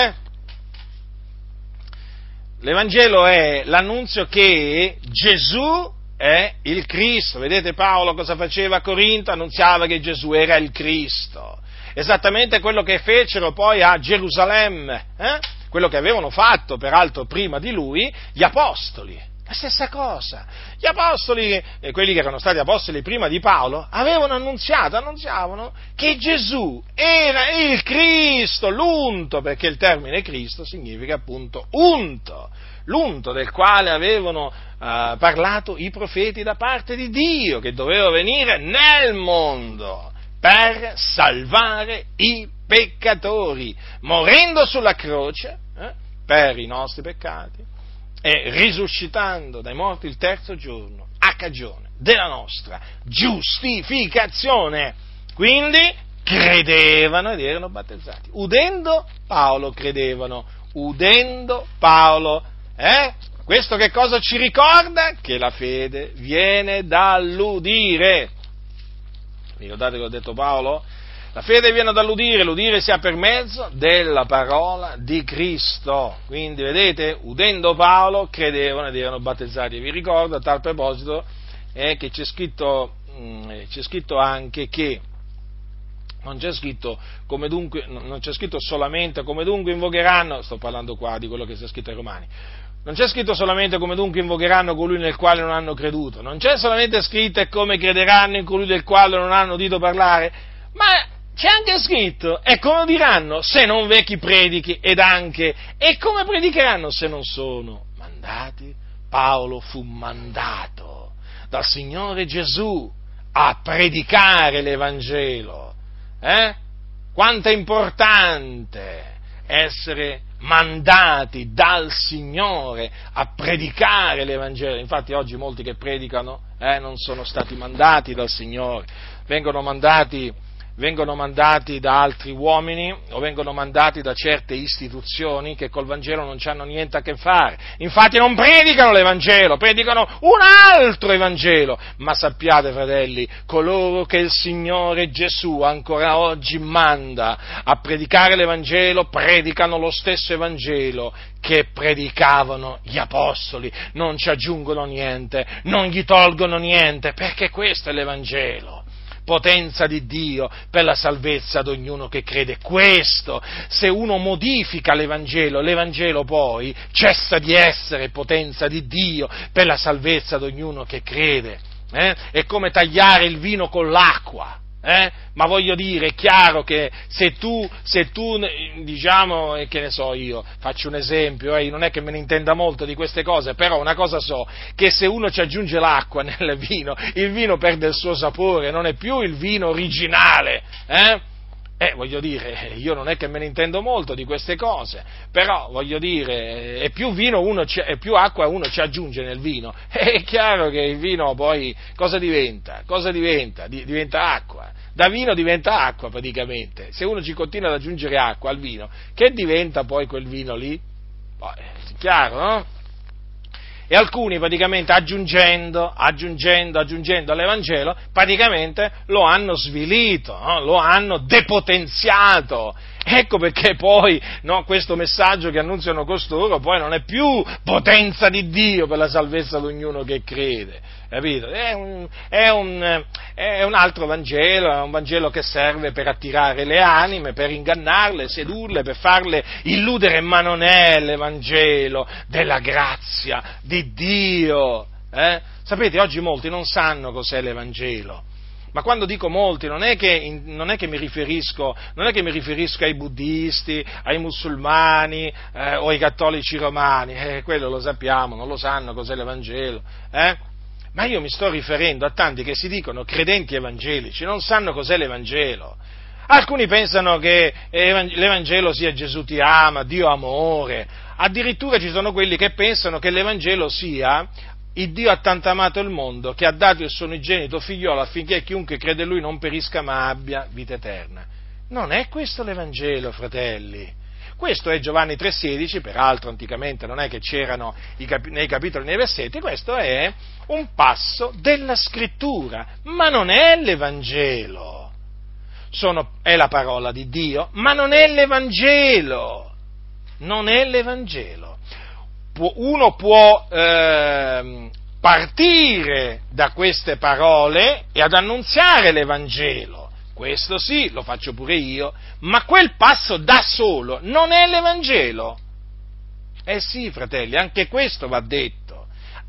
Speaker 1: L'Evangelo è l'annunzio che Gesù è il Cristo. Vedete Paolo cosa faceva a Corinto? Annunziava che Gesù era il Cristo. Esattamente quello che fecero poi a Gerusalemme, quello che avevano fatto peraltro prima di lui gli apostoli. La stessa cosa. Gli apostoli, quelli che erano stati apostoli prima di Paolo, annunziavano che Gesù era il Cristo, l'unto, perché il termine Cristo significa appunto unto, l'unto del quale avevano parlato i profeti da parte di Dio, che doveva venire nel mondo per salvare i peccatori, morendo sulla croce per i nostri peccati e risuscitando dai morti il terzo giorno a cagione della nostra giustificazione. Quindi credevano ed erano battezzati. Udendo Paolo credevano, udendo Paolo. Questo che cosa ci ricorda? Che la fede viene dall'udire. Ricordate che ho detto Paolo? La fede viene dall'udire, l'udire sia per mezzo della parola di Cristo. Quindi, vedete, udendo Paolo, credevano ed erano battezzati. Vi ricordo a tal proposito che c'è scritto anche che non c'è scritto solamente come dunque invocheranno, sto parlando qua di quello che c'è scritto ai Romani, non c'è scritto solamente come dunque invocheranno colui nel quale non hanno creduto, non c'è solamente scritto e come crederanno in colui del quale non hanno udito parlare, ma c'è anche scritto, e come diranno se non ve chi predichi, ed anche, e come predicheranno se non sono mandati? Paolo fu mandato dal Signore Gesù a predicare l'Evangelo. Quanto è importante essere mandati dal Signore a predicare l'Evangelo. Infatti oggi molti che predicano non sono stati mandati dal Signore, vengono mandati da altri uomini o vengono mandati da certe istituzioni che col Vangelo non hanno niente a che fare. Infatti non predicano l'Evangelo, predicano un altro Evangelo. Ma sappiate, fratelli, coloro che il Signore Gesù ancora oggi manda a predicare l'Evangelo, predicano lo stesso Evangelo che predicavano gli apostoli, non ci aggiungono niente, non gli tolgono niente, perché questo è l'Evangelo. Potenza di Dio per la salvezza ad ognuno che crede. Questo, se uno modifica l'Evangelo poi cessa di essere potenza di Dio per la salvezza ad ognuno che crede. È come tagliare il vino con l'acqua. Ma voglio dire, è chiaro che se tu diciamo, che ne so io, faccio un esempio, non è che me ne intenda molto di queste cose, però una cosa so, che se uno ci aggiunge l'acqua nel vino, il vino perde il suo sapore, non è più il vino originale, voglio dire, io non è che me ne intendo molto di queste cose, però voglio dire, e più più acqua uno ci aggiunge nel vino, è chiaro che il vino poi cosa diventa? Diventa acqua, da vino diventa acqua praticamente, se uno ci continua ad aggiungere acqua al vino, che diventa poi quel vino lì? È chiaro, no? E alcuni praticamente aggiungendo all'Evangelo, praticamente lo hanno svilito, no? Lo hanno depotenziato. Ecco perché poi, no, questo messaggio che annunziano costoro poi non è più potenza di Dio per la salvezza di ognuno che crede, capito? È un altro Vangelo, è un Vangelo che serve per attirare le anime, per ingannarle, sedurle, per farle illudere, ma non è l'Evangelo della grazia di Dio. Sapete, oggi molti non sanno cos'è l'Evangelo. Ma quando dico molti non è che mi riferisco ai buddisti, ai musulmani o ai cattolici romani, quello lo sappiamo, non lo sanno cos'è l'Evangelo, ma io mi sto riferendo a tanti che si dicono credenti evangelici, non sanno cos'è l'Evangelo. Alcuni pensano che l'Evangelo sia Gesù ti ama, Dio amore, addirittura ci sono quelli che pensano che l'Evangelo sia il Dio ha tanto amato il mondo che ha dato il suo unigenito figliolo affinché chiunque crede in Lui non perisca ma abbia vita eterna. Non è questo l'Evangelo, fratelli. Questo è Giovanni 3,16, peraltro anticamente non è che c'erano nei capitoli, nei versetti, questo è un passo della Scrittura, ma non è l'Evangelo. È la parola di Dio, ma non è l'Evangelo. Non è l'Evangelo. Uno può partire da queste parole e ad annunziare l'Evangelo, questo sì, lo faccio pure io, ma quel passo da solo non è l'Evangelo. Sì, fratelli, anche questo va detto,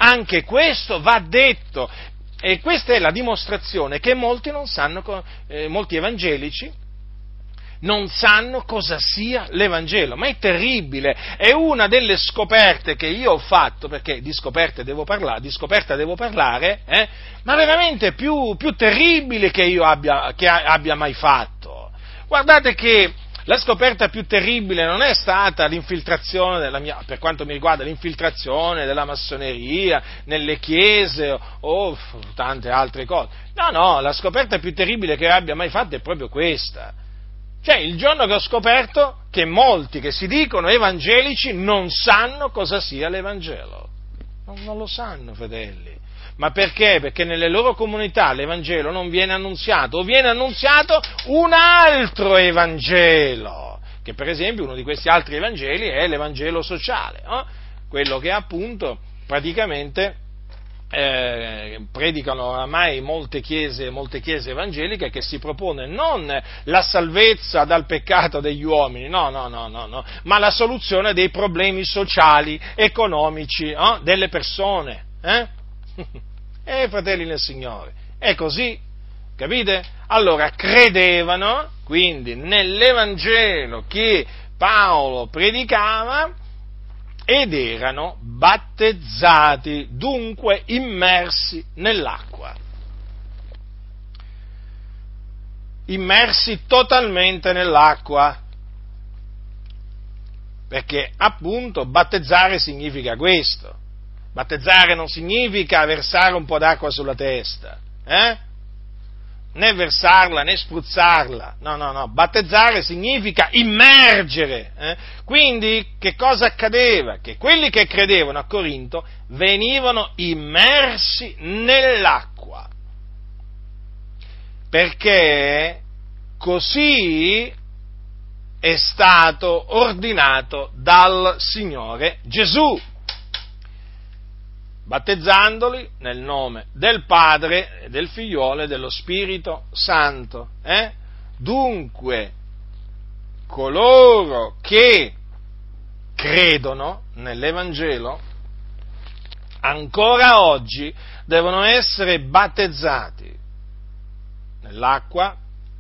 Speaker 1: e questa è la dimostrazione che molti non sanno, molti evangelici non sanno cosa sia l'Evangelo, ma è terribile, è una delle scoperte che io ho fatto, perché di scoperta devo parlare, ma veramente più terribile che io abbia mai fatto. Guardate che la scoperta più terribile non è stata l'infiltrazione per quanto mi riguarda, l'infiltrazione della massoneria nelle chiese o tante altre cose. No, la scoperta più terribile che io abbia mai fatto è proprio questa. Cioè, il giorno che ho scoperto che molti che si dicono evangelici non sanno cosa sia l'Evangelo. Non lo sanno, fratelli. Ma perché? Perché nelle loro comunità l'Evangelo non viene annunziato, o viene annunziato un altro Evangelo, che per esempio uno di questi altri Evangeli è l'Evangelo sociale, quello che appunto praticamente predicano oramai molte chiese evangeliche, che si propone non la salvezza dal peccato degli uomini, no, ma la soluzione dei problemi sociali, economici, delle persone, fratelli nel Signore, è così, capite? Allora, credevano quindi nell'Evangelo che Paolo predicava ed erano battezzati, dunque immersi nell'acqua. Immersi totalmente nell'acqua, perché appunto battezzare significa questo. Battezzare non significa versare un po' d'acqua sulla testa, né versarla né spruzzarla, no, battezzare significa immergere, Quindi che cosa accadeva? Che quelli che credevano a Corinto venivano immersi nell'acqua, perché così è stato ordinato dal Signore Gesù, battezzandoli nel nome del Padre, del Figliolo e dello Spirito Santo. Dunque, coloro che credono nell'Evangelo, ancora oggi devono essere battezzati nell'acqua,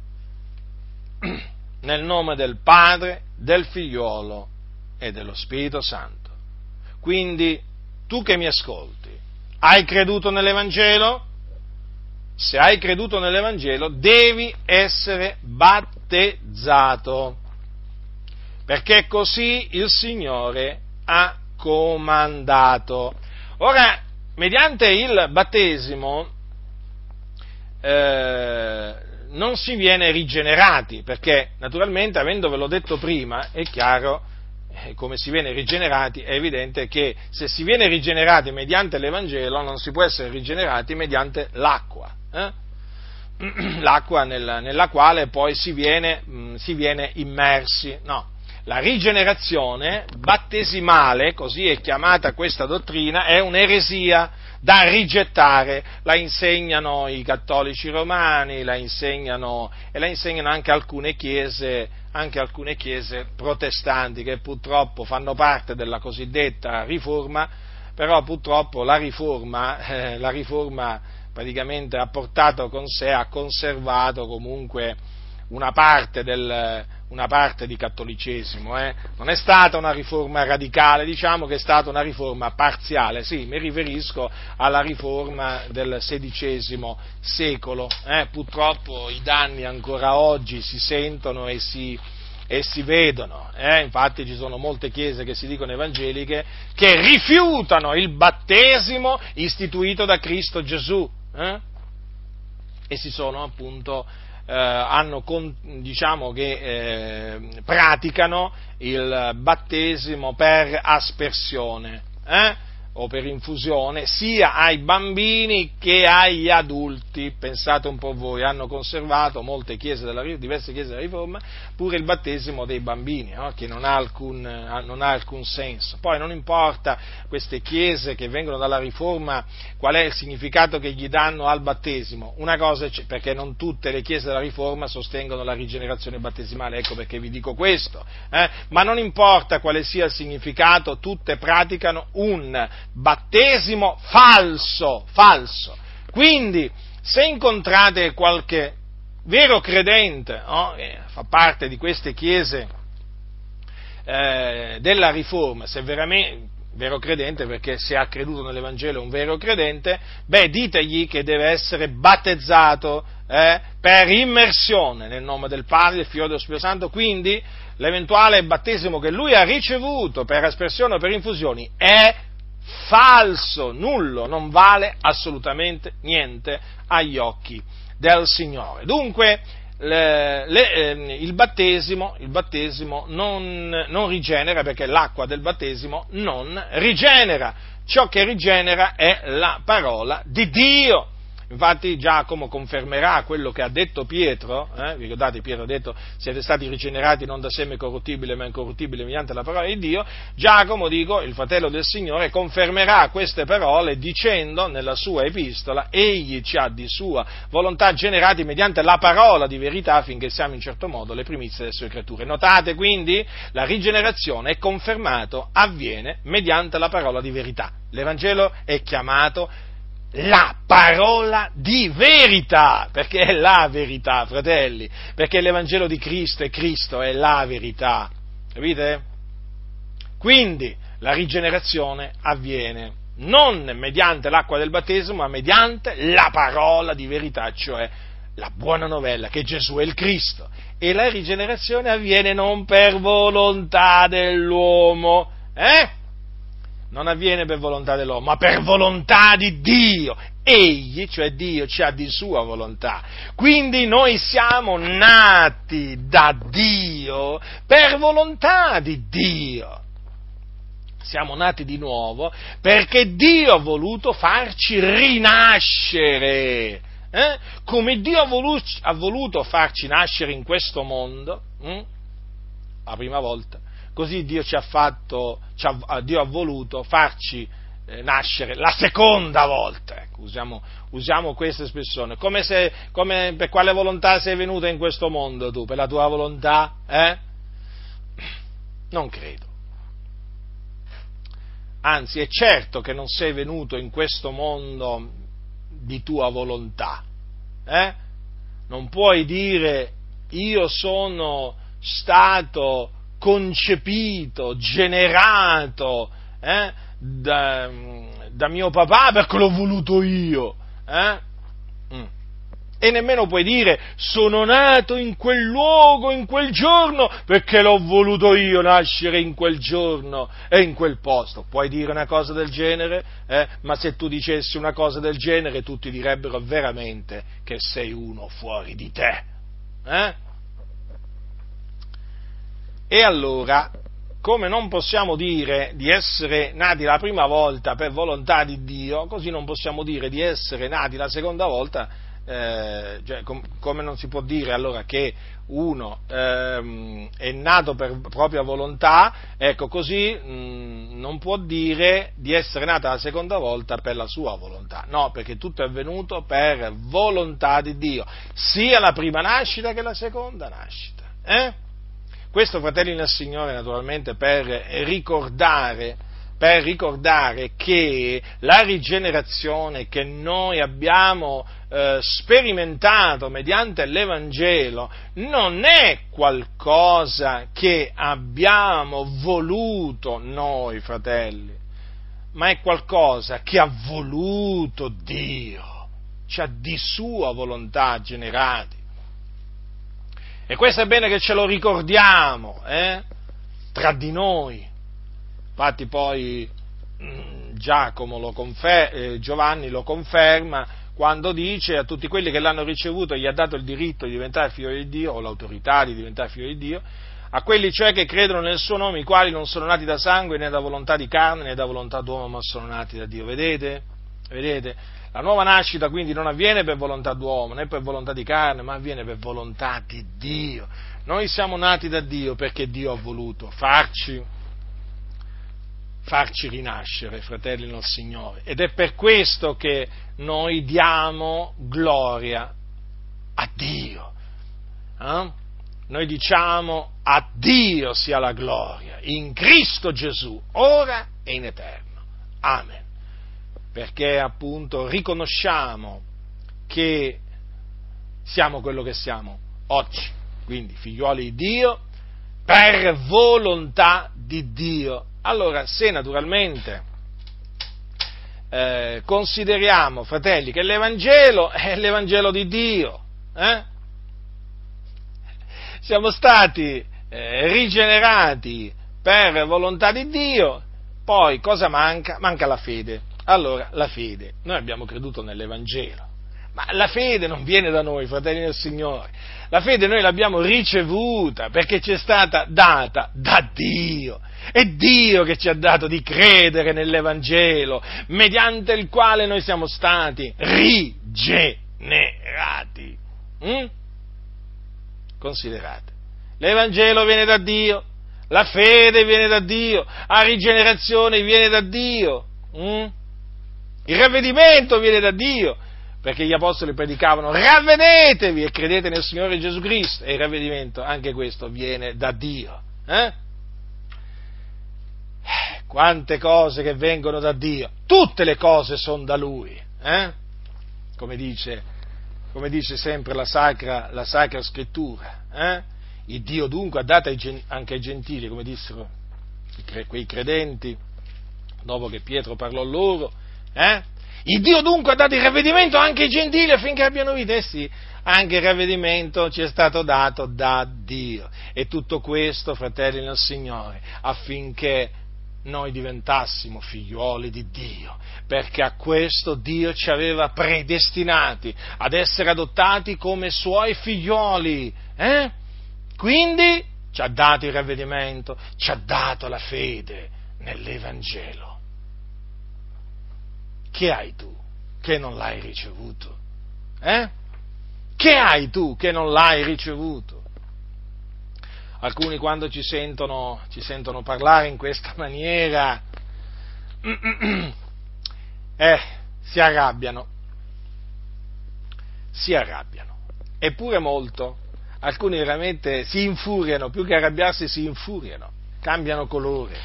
Speaker 1: nel nome del Padre, del Figliolo e dello Spirito Santo. Quindi, tu che mi ascolti, hai creduto nell'Evangelo? Se hai creduto nell'Evangelo, devi essere battezzato, perché così il Signore ha comandato. Ora, mediante il battesimo non si viene rigenerati, perché naturalmente, avendovelo detto prima, è chiaro come si viene rigenerati, è evidente che se si viene rigenerati mediante l'Evangelo non si può essere rigenerati mediante l'acqua, l'acqua nella quale poi si viene immersi, no. La rigenerazione battesimale, così è chiamata questa dottrina, è un'eresia da rigettare, la insegnano i cattolici romani, la insegnano anche alcune chiese protestanti che purtroppo fanno parte della cosiddetta riforma, però purtroppo la riforma praticamente ha portato con sé, ha conservato comunque una parte di cattolicesimo, non è stata una riforma radicale, diciamo che è stata una riforma parziale, sì, mi riferisco alla riforma del XVI secolo, purtroppo i danni ancora oggi si sentono e si vedono, infatti ci sono molte chiese che si dicono evangeliche che rifiutano il battesimo istituito da Cristo Gesù, e si sono appunto praticano il battesimo per aspersione, o per infusione, sia ai bambini che agli adulti. Pensate un po' voi, hanno conservato diverse chiese della Riforma pure il battesimo dei bambini, che non ha alcun senso. Poi non importa queste chiese che vengono dalla Riforma qual è il significato che gli danno al battesimo, una cosa c'è, perché non tutte le chiese della Riforma sostengono la rigenerazione battesimale, ecco perché vi dico questo, ma non importa quale sia il significato, tutte praticano un battesimo falso. Quindi, se incontrate qualche vero credente, che fa parte di queste chiese della Riforma, se veramente vero credente, perché se ha creduto nell'Evangelo è un vero credente, ditegli che deve essere battezzato per immersione nel nome del Padre, del Figlio e dello Spirito Santo. Quindi l'eventuale battesimo che lui ha ricevuto per aspersione o per infusioni è falso, nullo, non vale assolutamente niente agli occhi del Signore. Dunque il battesimo non rigenera, perché l'acqua del battesimo non rigenera. Ciò che rigenera è la parola di Dio. Infatti Giacomo confermerà quello che ha detto Pietro, vi ricordate Pietro ha detto siete stati rigenerati non da seme corruttibile ma incorruttibile mediante la parola di Dio. Giacomo, il fratello del Signore, confermerà queste parole dicendo nella sua epistola: egli ci ha di sua volontà generati mediante la parola di verità affinché siamo in certo modo le primizie delle sue creature. Notate quindi, la rigenerazione è confermato, avviene mediante la parola di verità. L'Evangelo è chiamato la parola di verità, perché è la verità, fratelli, perché l'Evangelo di Cristo è la verità, capite? Quindi la rigenerazione avviene non mediante l'acqua del battesimo, ma mediante la parola di verità, cioè la buona novella che Gesù è il Cristo, e la rigenerazione avviene non per volontà dell'uomo, non avviene per volontà dell'uomo, ma per volontà di Dio. Egli, cioè Dio, ci ha di sua volontà. Quindi noi siamo nati da Dio per volontà di Dio. Siamo nati di nuovo perché Dio ha voluto farci rinascere. Come Dio ha voluto farci nascere in questo mondo, la prima volta, così Dio Dio ha voluto farci nascere la seconda volta. Ecco, usiamo questa espressione. Per quale volontà sei venuto in questo mondo tu? Per la tua volontà? Non credo. Anzi, è certo che non sei venuto in questo mondo di tua volontà. Non puoi dire: io sono stato concepito, generato da mio papà perché l'ho voluto io, e nemmeno puoi dire: sono nato in quel luogo, in quel giorno, perché l'ho voluto io nascere in quel giorno e in quel posto. Puoi dire una cosa del genere? Ma se tu dicessi una cosa del genere, tutti direbbero veramente che sei uno fuori di te. E allora come non possiamo dire di essere nati la prima volta per volontà di Dio, così non possiamo dire di essere nati la seconda volta, come non si può dire allora che uno è nato per propria volontà, ecco così non può dire di essere nato la seconda volta per la sua volontà, no, perché tutto è avvenuto per volontà di Dio, sia la prima nascita che la seconda nascita. Questo, fratelli nel Signore, naturalmente per ricordare che la rigenerazione che noi abbiamo sperimentato mediante l'Evangelo non è qualcosa che abbiamo voluto noi, fratelli, ma è qualcosa che ha voluto Dio, ci ha di sua volontà generati. E questo è bene che ce lo ricordiamo, tra di noi. Infatti poi Giovanni lo conferma quando dice: a tutti quelli che l'hanno ricevuto gli ha dato il diritto di diventare figlio di Dio, o l'autorità di diventare figlio di Dio, a quelli cioè che credono nel suo nome, i quali non sono nati da sangue, né da volontà di carne, né da volontà d'uomo, ma sono nati da Dio. Vedete? La nuova nascita quindi non avviene per volontà d'uomo, né per volontà di carne, ma avviene per volontà di Dio. Noi siamo nati da Dio perché Dio ha voluto farci rinascere, fratelli nel Signore. Ed è per questo che noi diamo gloria a Dio. Noi diciamo: a Dio sia la gloria, in Cristo Gesù, ora e in eterno. Amen. Perché appunto riconosciamo che siamo quello che siamo oggi, quindi figliuoli di Dio, per volontà di Dio. Allora, se naturalmente consideriamo, fratelli, che l'Evangelo è l'Evangelo di Dio, siamo stati rigenerati per volontà di Dio, poi cosa manca? Manca la fede. Allora, la fede, noi abbiamo creduto nell'Evangelo, ma la fede non viene da noi, fratelli del Signore, la fede noi l'abbiamo ricevuta perché ci è stata data da Dio, è Dio che ci ha dato di credere nell'Evangelo, mediante il quale noi siamo stati rigenerati. Considerate, l'Evangelo viene da Dio, la fede viene da Dio, la rigenerazione viene da Dio, il ravvedimento viene da Dio, perché gli apostoli predicavano: ravvedetevi e credete nel Signore Gesù Cristo, e il ravvedimento, anche questo, viene da Dio. Quante cose che vengono da Dio, tutte le cose sono da Lui, come dice sempre la Sacra Scrittura, il Dio dunque ha dato anche ai gentili, come dissero quei credenti, dopo che Pietro parlò loro, il Dio dunque ha dato il ravvedimento anche ai gentili affinché abbiano vita. Sì, anche il ravvedimento ci è stato dato da Dio. E tutto questo, fratelli nel Signore, affinché noi diventassimo figliuoli di Dio, perché a questo Dio ci aveva predestinati ad essere adottati come Suoi figliuoli. Quindi ci ha dato il ravvedimento, ci ha dato la fede nell'Evangelo. Che hai tu che non l'hai ricevuto? Che hai tu che non l'hai ricevuto? Alcuni, quando ci sentono parlare in questa maniera, si arrabbiano. Eppure molto. Alcuni veramente si infuriano, più che arrabbiarsi si infuriano, cambiano colore.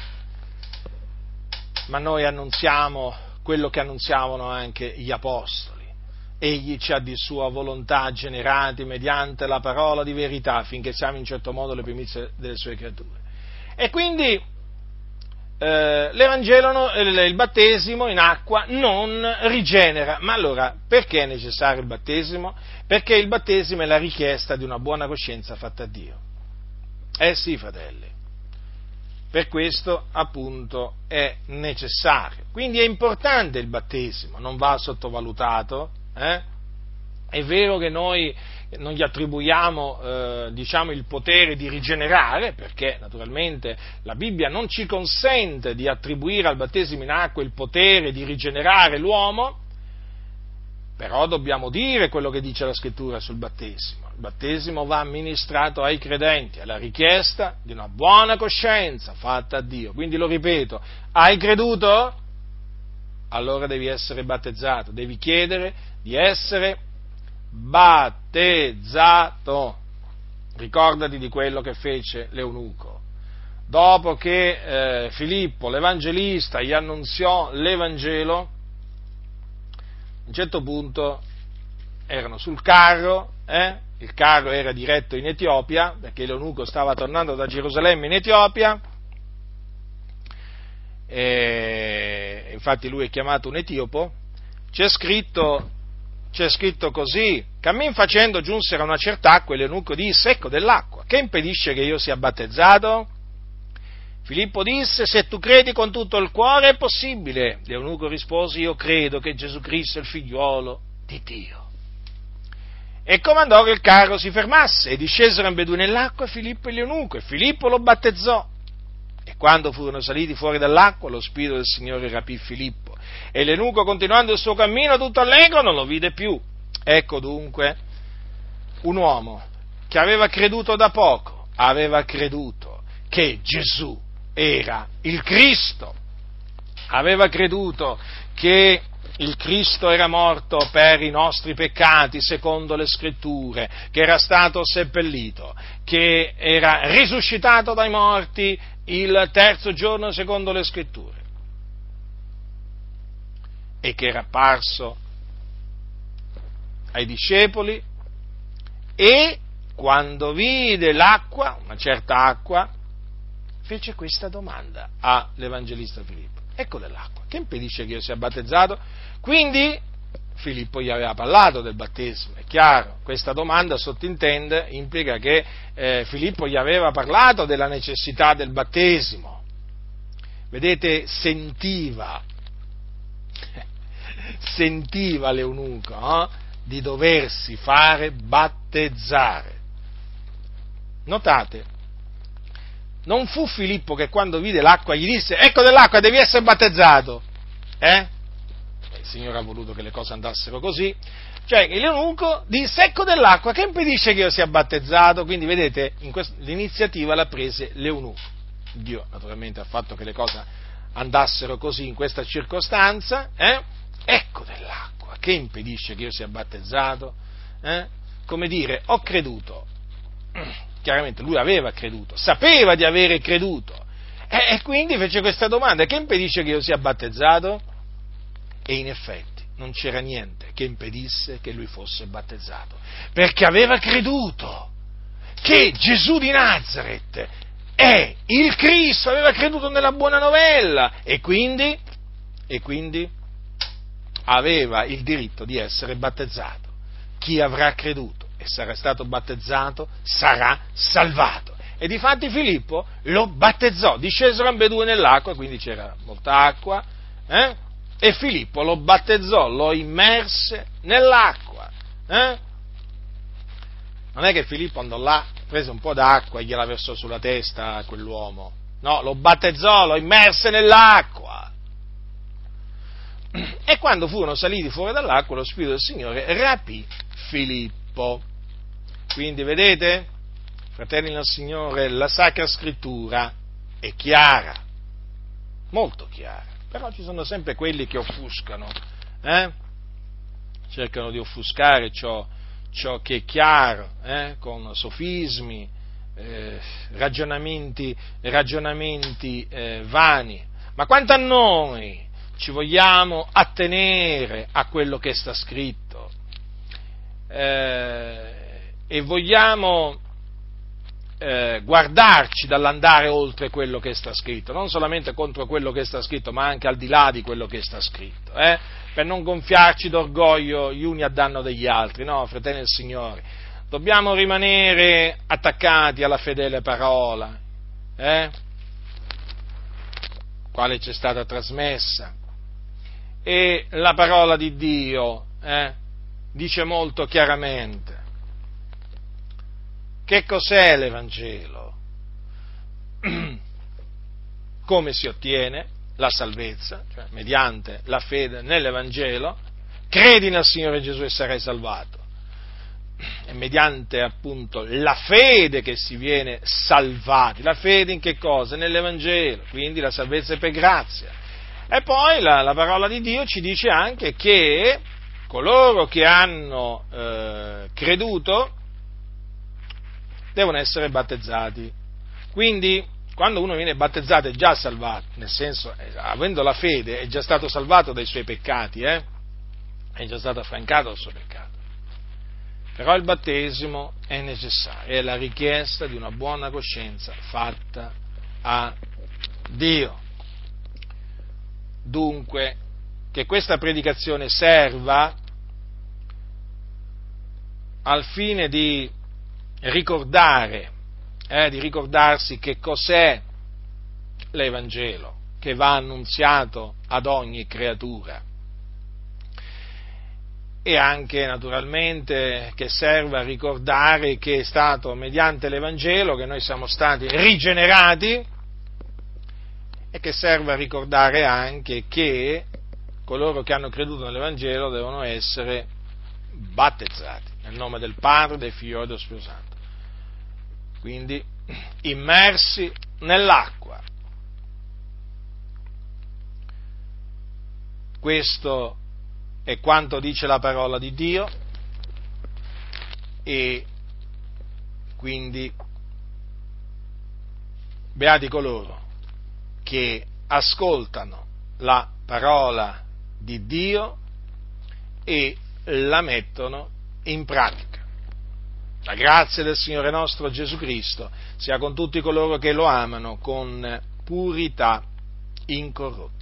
Speaker 1: Ma noi annunziamo quello che annunziavano anche gli apostoli. Egli ci ha di sua volontà generati mediante la parola di verità, affinché siamo in certo modo le primizie delle sue creature. E quindi l'Evangelo, il battesimo in acqua non rigenera. Ma allora, perché è necessario il battesimo? Perché il battesimo è la richiesta di una buona coscienza fatta a Dio. Sì, fratelli. Per questo, appunto, è necessario. Quindi è importante il battesimo, non va sottovalutato, È vero che noi non gli attribuiamo il potere di rigenerare, perché naturalmente la Bibbia non ci consente di attribuire al battesimo in acqua il potere di rigenerare l'uomo, però dobbiamo dire quello che dice la Scrittura sul battesimo. Il battesimo va amministrato ai credenti, alla richiesta di una buona coscienza fatta a Dio. Quindi lo ripeto, hai creduto? Allora devi essere battezzato, devi chiedere di essere battezzato. Ricordati di quello che fece l'eunuco. Dopo che Filippo, l'evangelista, gli annunziò l'Evangelo, a un certo punto erano sul carro, il carro era diretto in Etiopia, perché l'eunuco stava tornando da Gerusalemme in Etiopia, e infatti lui è chiamato un etiopo. C'è scritto così: cammin facendo giunsero a una certa acqua e l'eunuco disse: ecco dell'acqua, che impedisce che io sia battezzato? Filippo disse: se tu credi con tutto il cuore è possibile. L'eunuco rispose: io credo che Gesù Cristo è il figliuolo di Dio. E comandò che il carro si fermasse, e discesero ambedue nell'acqua, Filippo e l'eunuco, e Filippo lo battezzò. E quando furono saliti fuori dall'acqua, lo Spirito del Signore rapì Filippo, e l'eunuco, continuando il suo cammino tutto allegro, non lo vide più. Ecco dunque un uomo che aveva creduto da poco, aveva creduto che Gesù era il Cristo, aveva creduto che il Cristo era morto per i nostri peccati, secondo le Scritture, che era stato seppellito, che era risuscitato dai morti il terzo giorno, secondo le Scritture, e che era apparso ai discepoli, e quando vide l'acqua, una certa acqua, fece questa domanda all'evangelista Filippo: ecco dell'acqua, che impedisce che io sia battezzato? Quindi Filippo gli aveva parlato del battesimo, è chiaro, questa domanda sottintende, implica che Filippo gli aveva parlato della necessità del battesimo. Vedete, sentiva l'eunuco di doversi fare battezzare. Notate, non fu Filippo che quando vide l'acqua gli disse: ecco dell'acqua, devi essere battezzato. Il Signore ha voluto che le cose andassero così. Cioè, l'eunuco disse: ecco dell'acqua, che impedisce che io sia battezzato? Quindi, vedete, l'iniziativa la prese l'eunuco. Dio, naturalmente, ha fatto che le cose andassero così in questa circostanza. Ecco dell'acqua, che impedisce che io sia battezzato? Come dire, ho creduto. Chiaramente lui aveva creduto, sapeva di avere creduto, e quindi fece questa domanda: che impedisce che io sia battezzato? E in effetti non c'era niente che impedisse che lui fosse battezzato, perché aveva creduto che Gesù di Nazaret è il Cristo, aveva creduto nella buona novella, e quindi aveva il diritto di essere battezzato. Chi avrà creduto e sarà stato battezzato sarà salvato. E difatti Filippo lo battezzò, discesero ambedue nell'acqua, quindi c'era molta acqua, e Filippo lo battezzò, lo immerse nell'acqua. Non è che Filippo andò là, prese un po' d'acqua e gliela versò sulla testa a quell'uomo, no, lo battezzò, lo immerse nell'acqua. E quando furono saliti fuori dall'acqua, lo Spirito del Signore rapì Filippo. Quindi vedete, fratelli del Signore, la Sacra Scrittura è chiara, molto chiara, però ci sono sempre quelli che offuscano, cercano di offuscare ciò che è chiaro, con sofismi, ragionamenti vani. Ma quanto a noi, ci vogliamo attenere a quello che sta scritto, e vogliamo guardarci dall'andare oltre quello che sta scritto, non solamente contro quello che sta scritto, ma anche al di là di quello che sta scritto, per non gonfiarci d'orgoglio gli uni a danno degli altri. No, fratelli del Signore, dobbiamo rimanere attaccati alla fedele parola, quale ci è stata trasmessa, e la parola di Dio dice molto chiaramente. Che cos'è l'Evangelo? Come si ottiene la salvezza, cioè mediante la fede nell'Evangelo, credi nel Signore Gesù e sarai salvato. È mediante appunto la fede che si viene salvati. La fede in che cosa? Nell'Evangelo, quindi la salvezza è per grazia. E poi la parola di Dio ci dice anche che coloro che hanno creduto devono essere battezzati. Quindi, quando uno viene battezzato è già salvato, nel senso, avendo la fede, è già stato salvato dai suoi peccati, è già stato affrancato dal suo peccato. Però il battesimo è necessario, è la richiesta di una buona coscienza fatta a Dio. Dunque, che questa predicazione serva al fine di ricordarsi che cos'è l'Evangelo che va annunziato ad ogni creatura, e anche naturalmente che serve a ricordare che è stato mediante l'Evangelo che noi siamo stati rigenerati, e che serve a ricordare anche che coloro che hanno creduto nell'Evangelo devono essere battezzati nel nome del Padre, del Figlio e dello Spirito Santo. Quindi immersi nell'acqua. Questo è quanto dice la parola di Dio, e quindi beati coloro che ascoltano la parola di Dio e la mettono in pratica. La grazia del Signore nostro Gesù Cristo sia con tutti coloro che lo amano con purità incorrotta.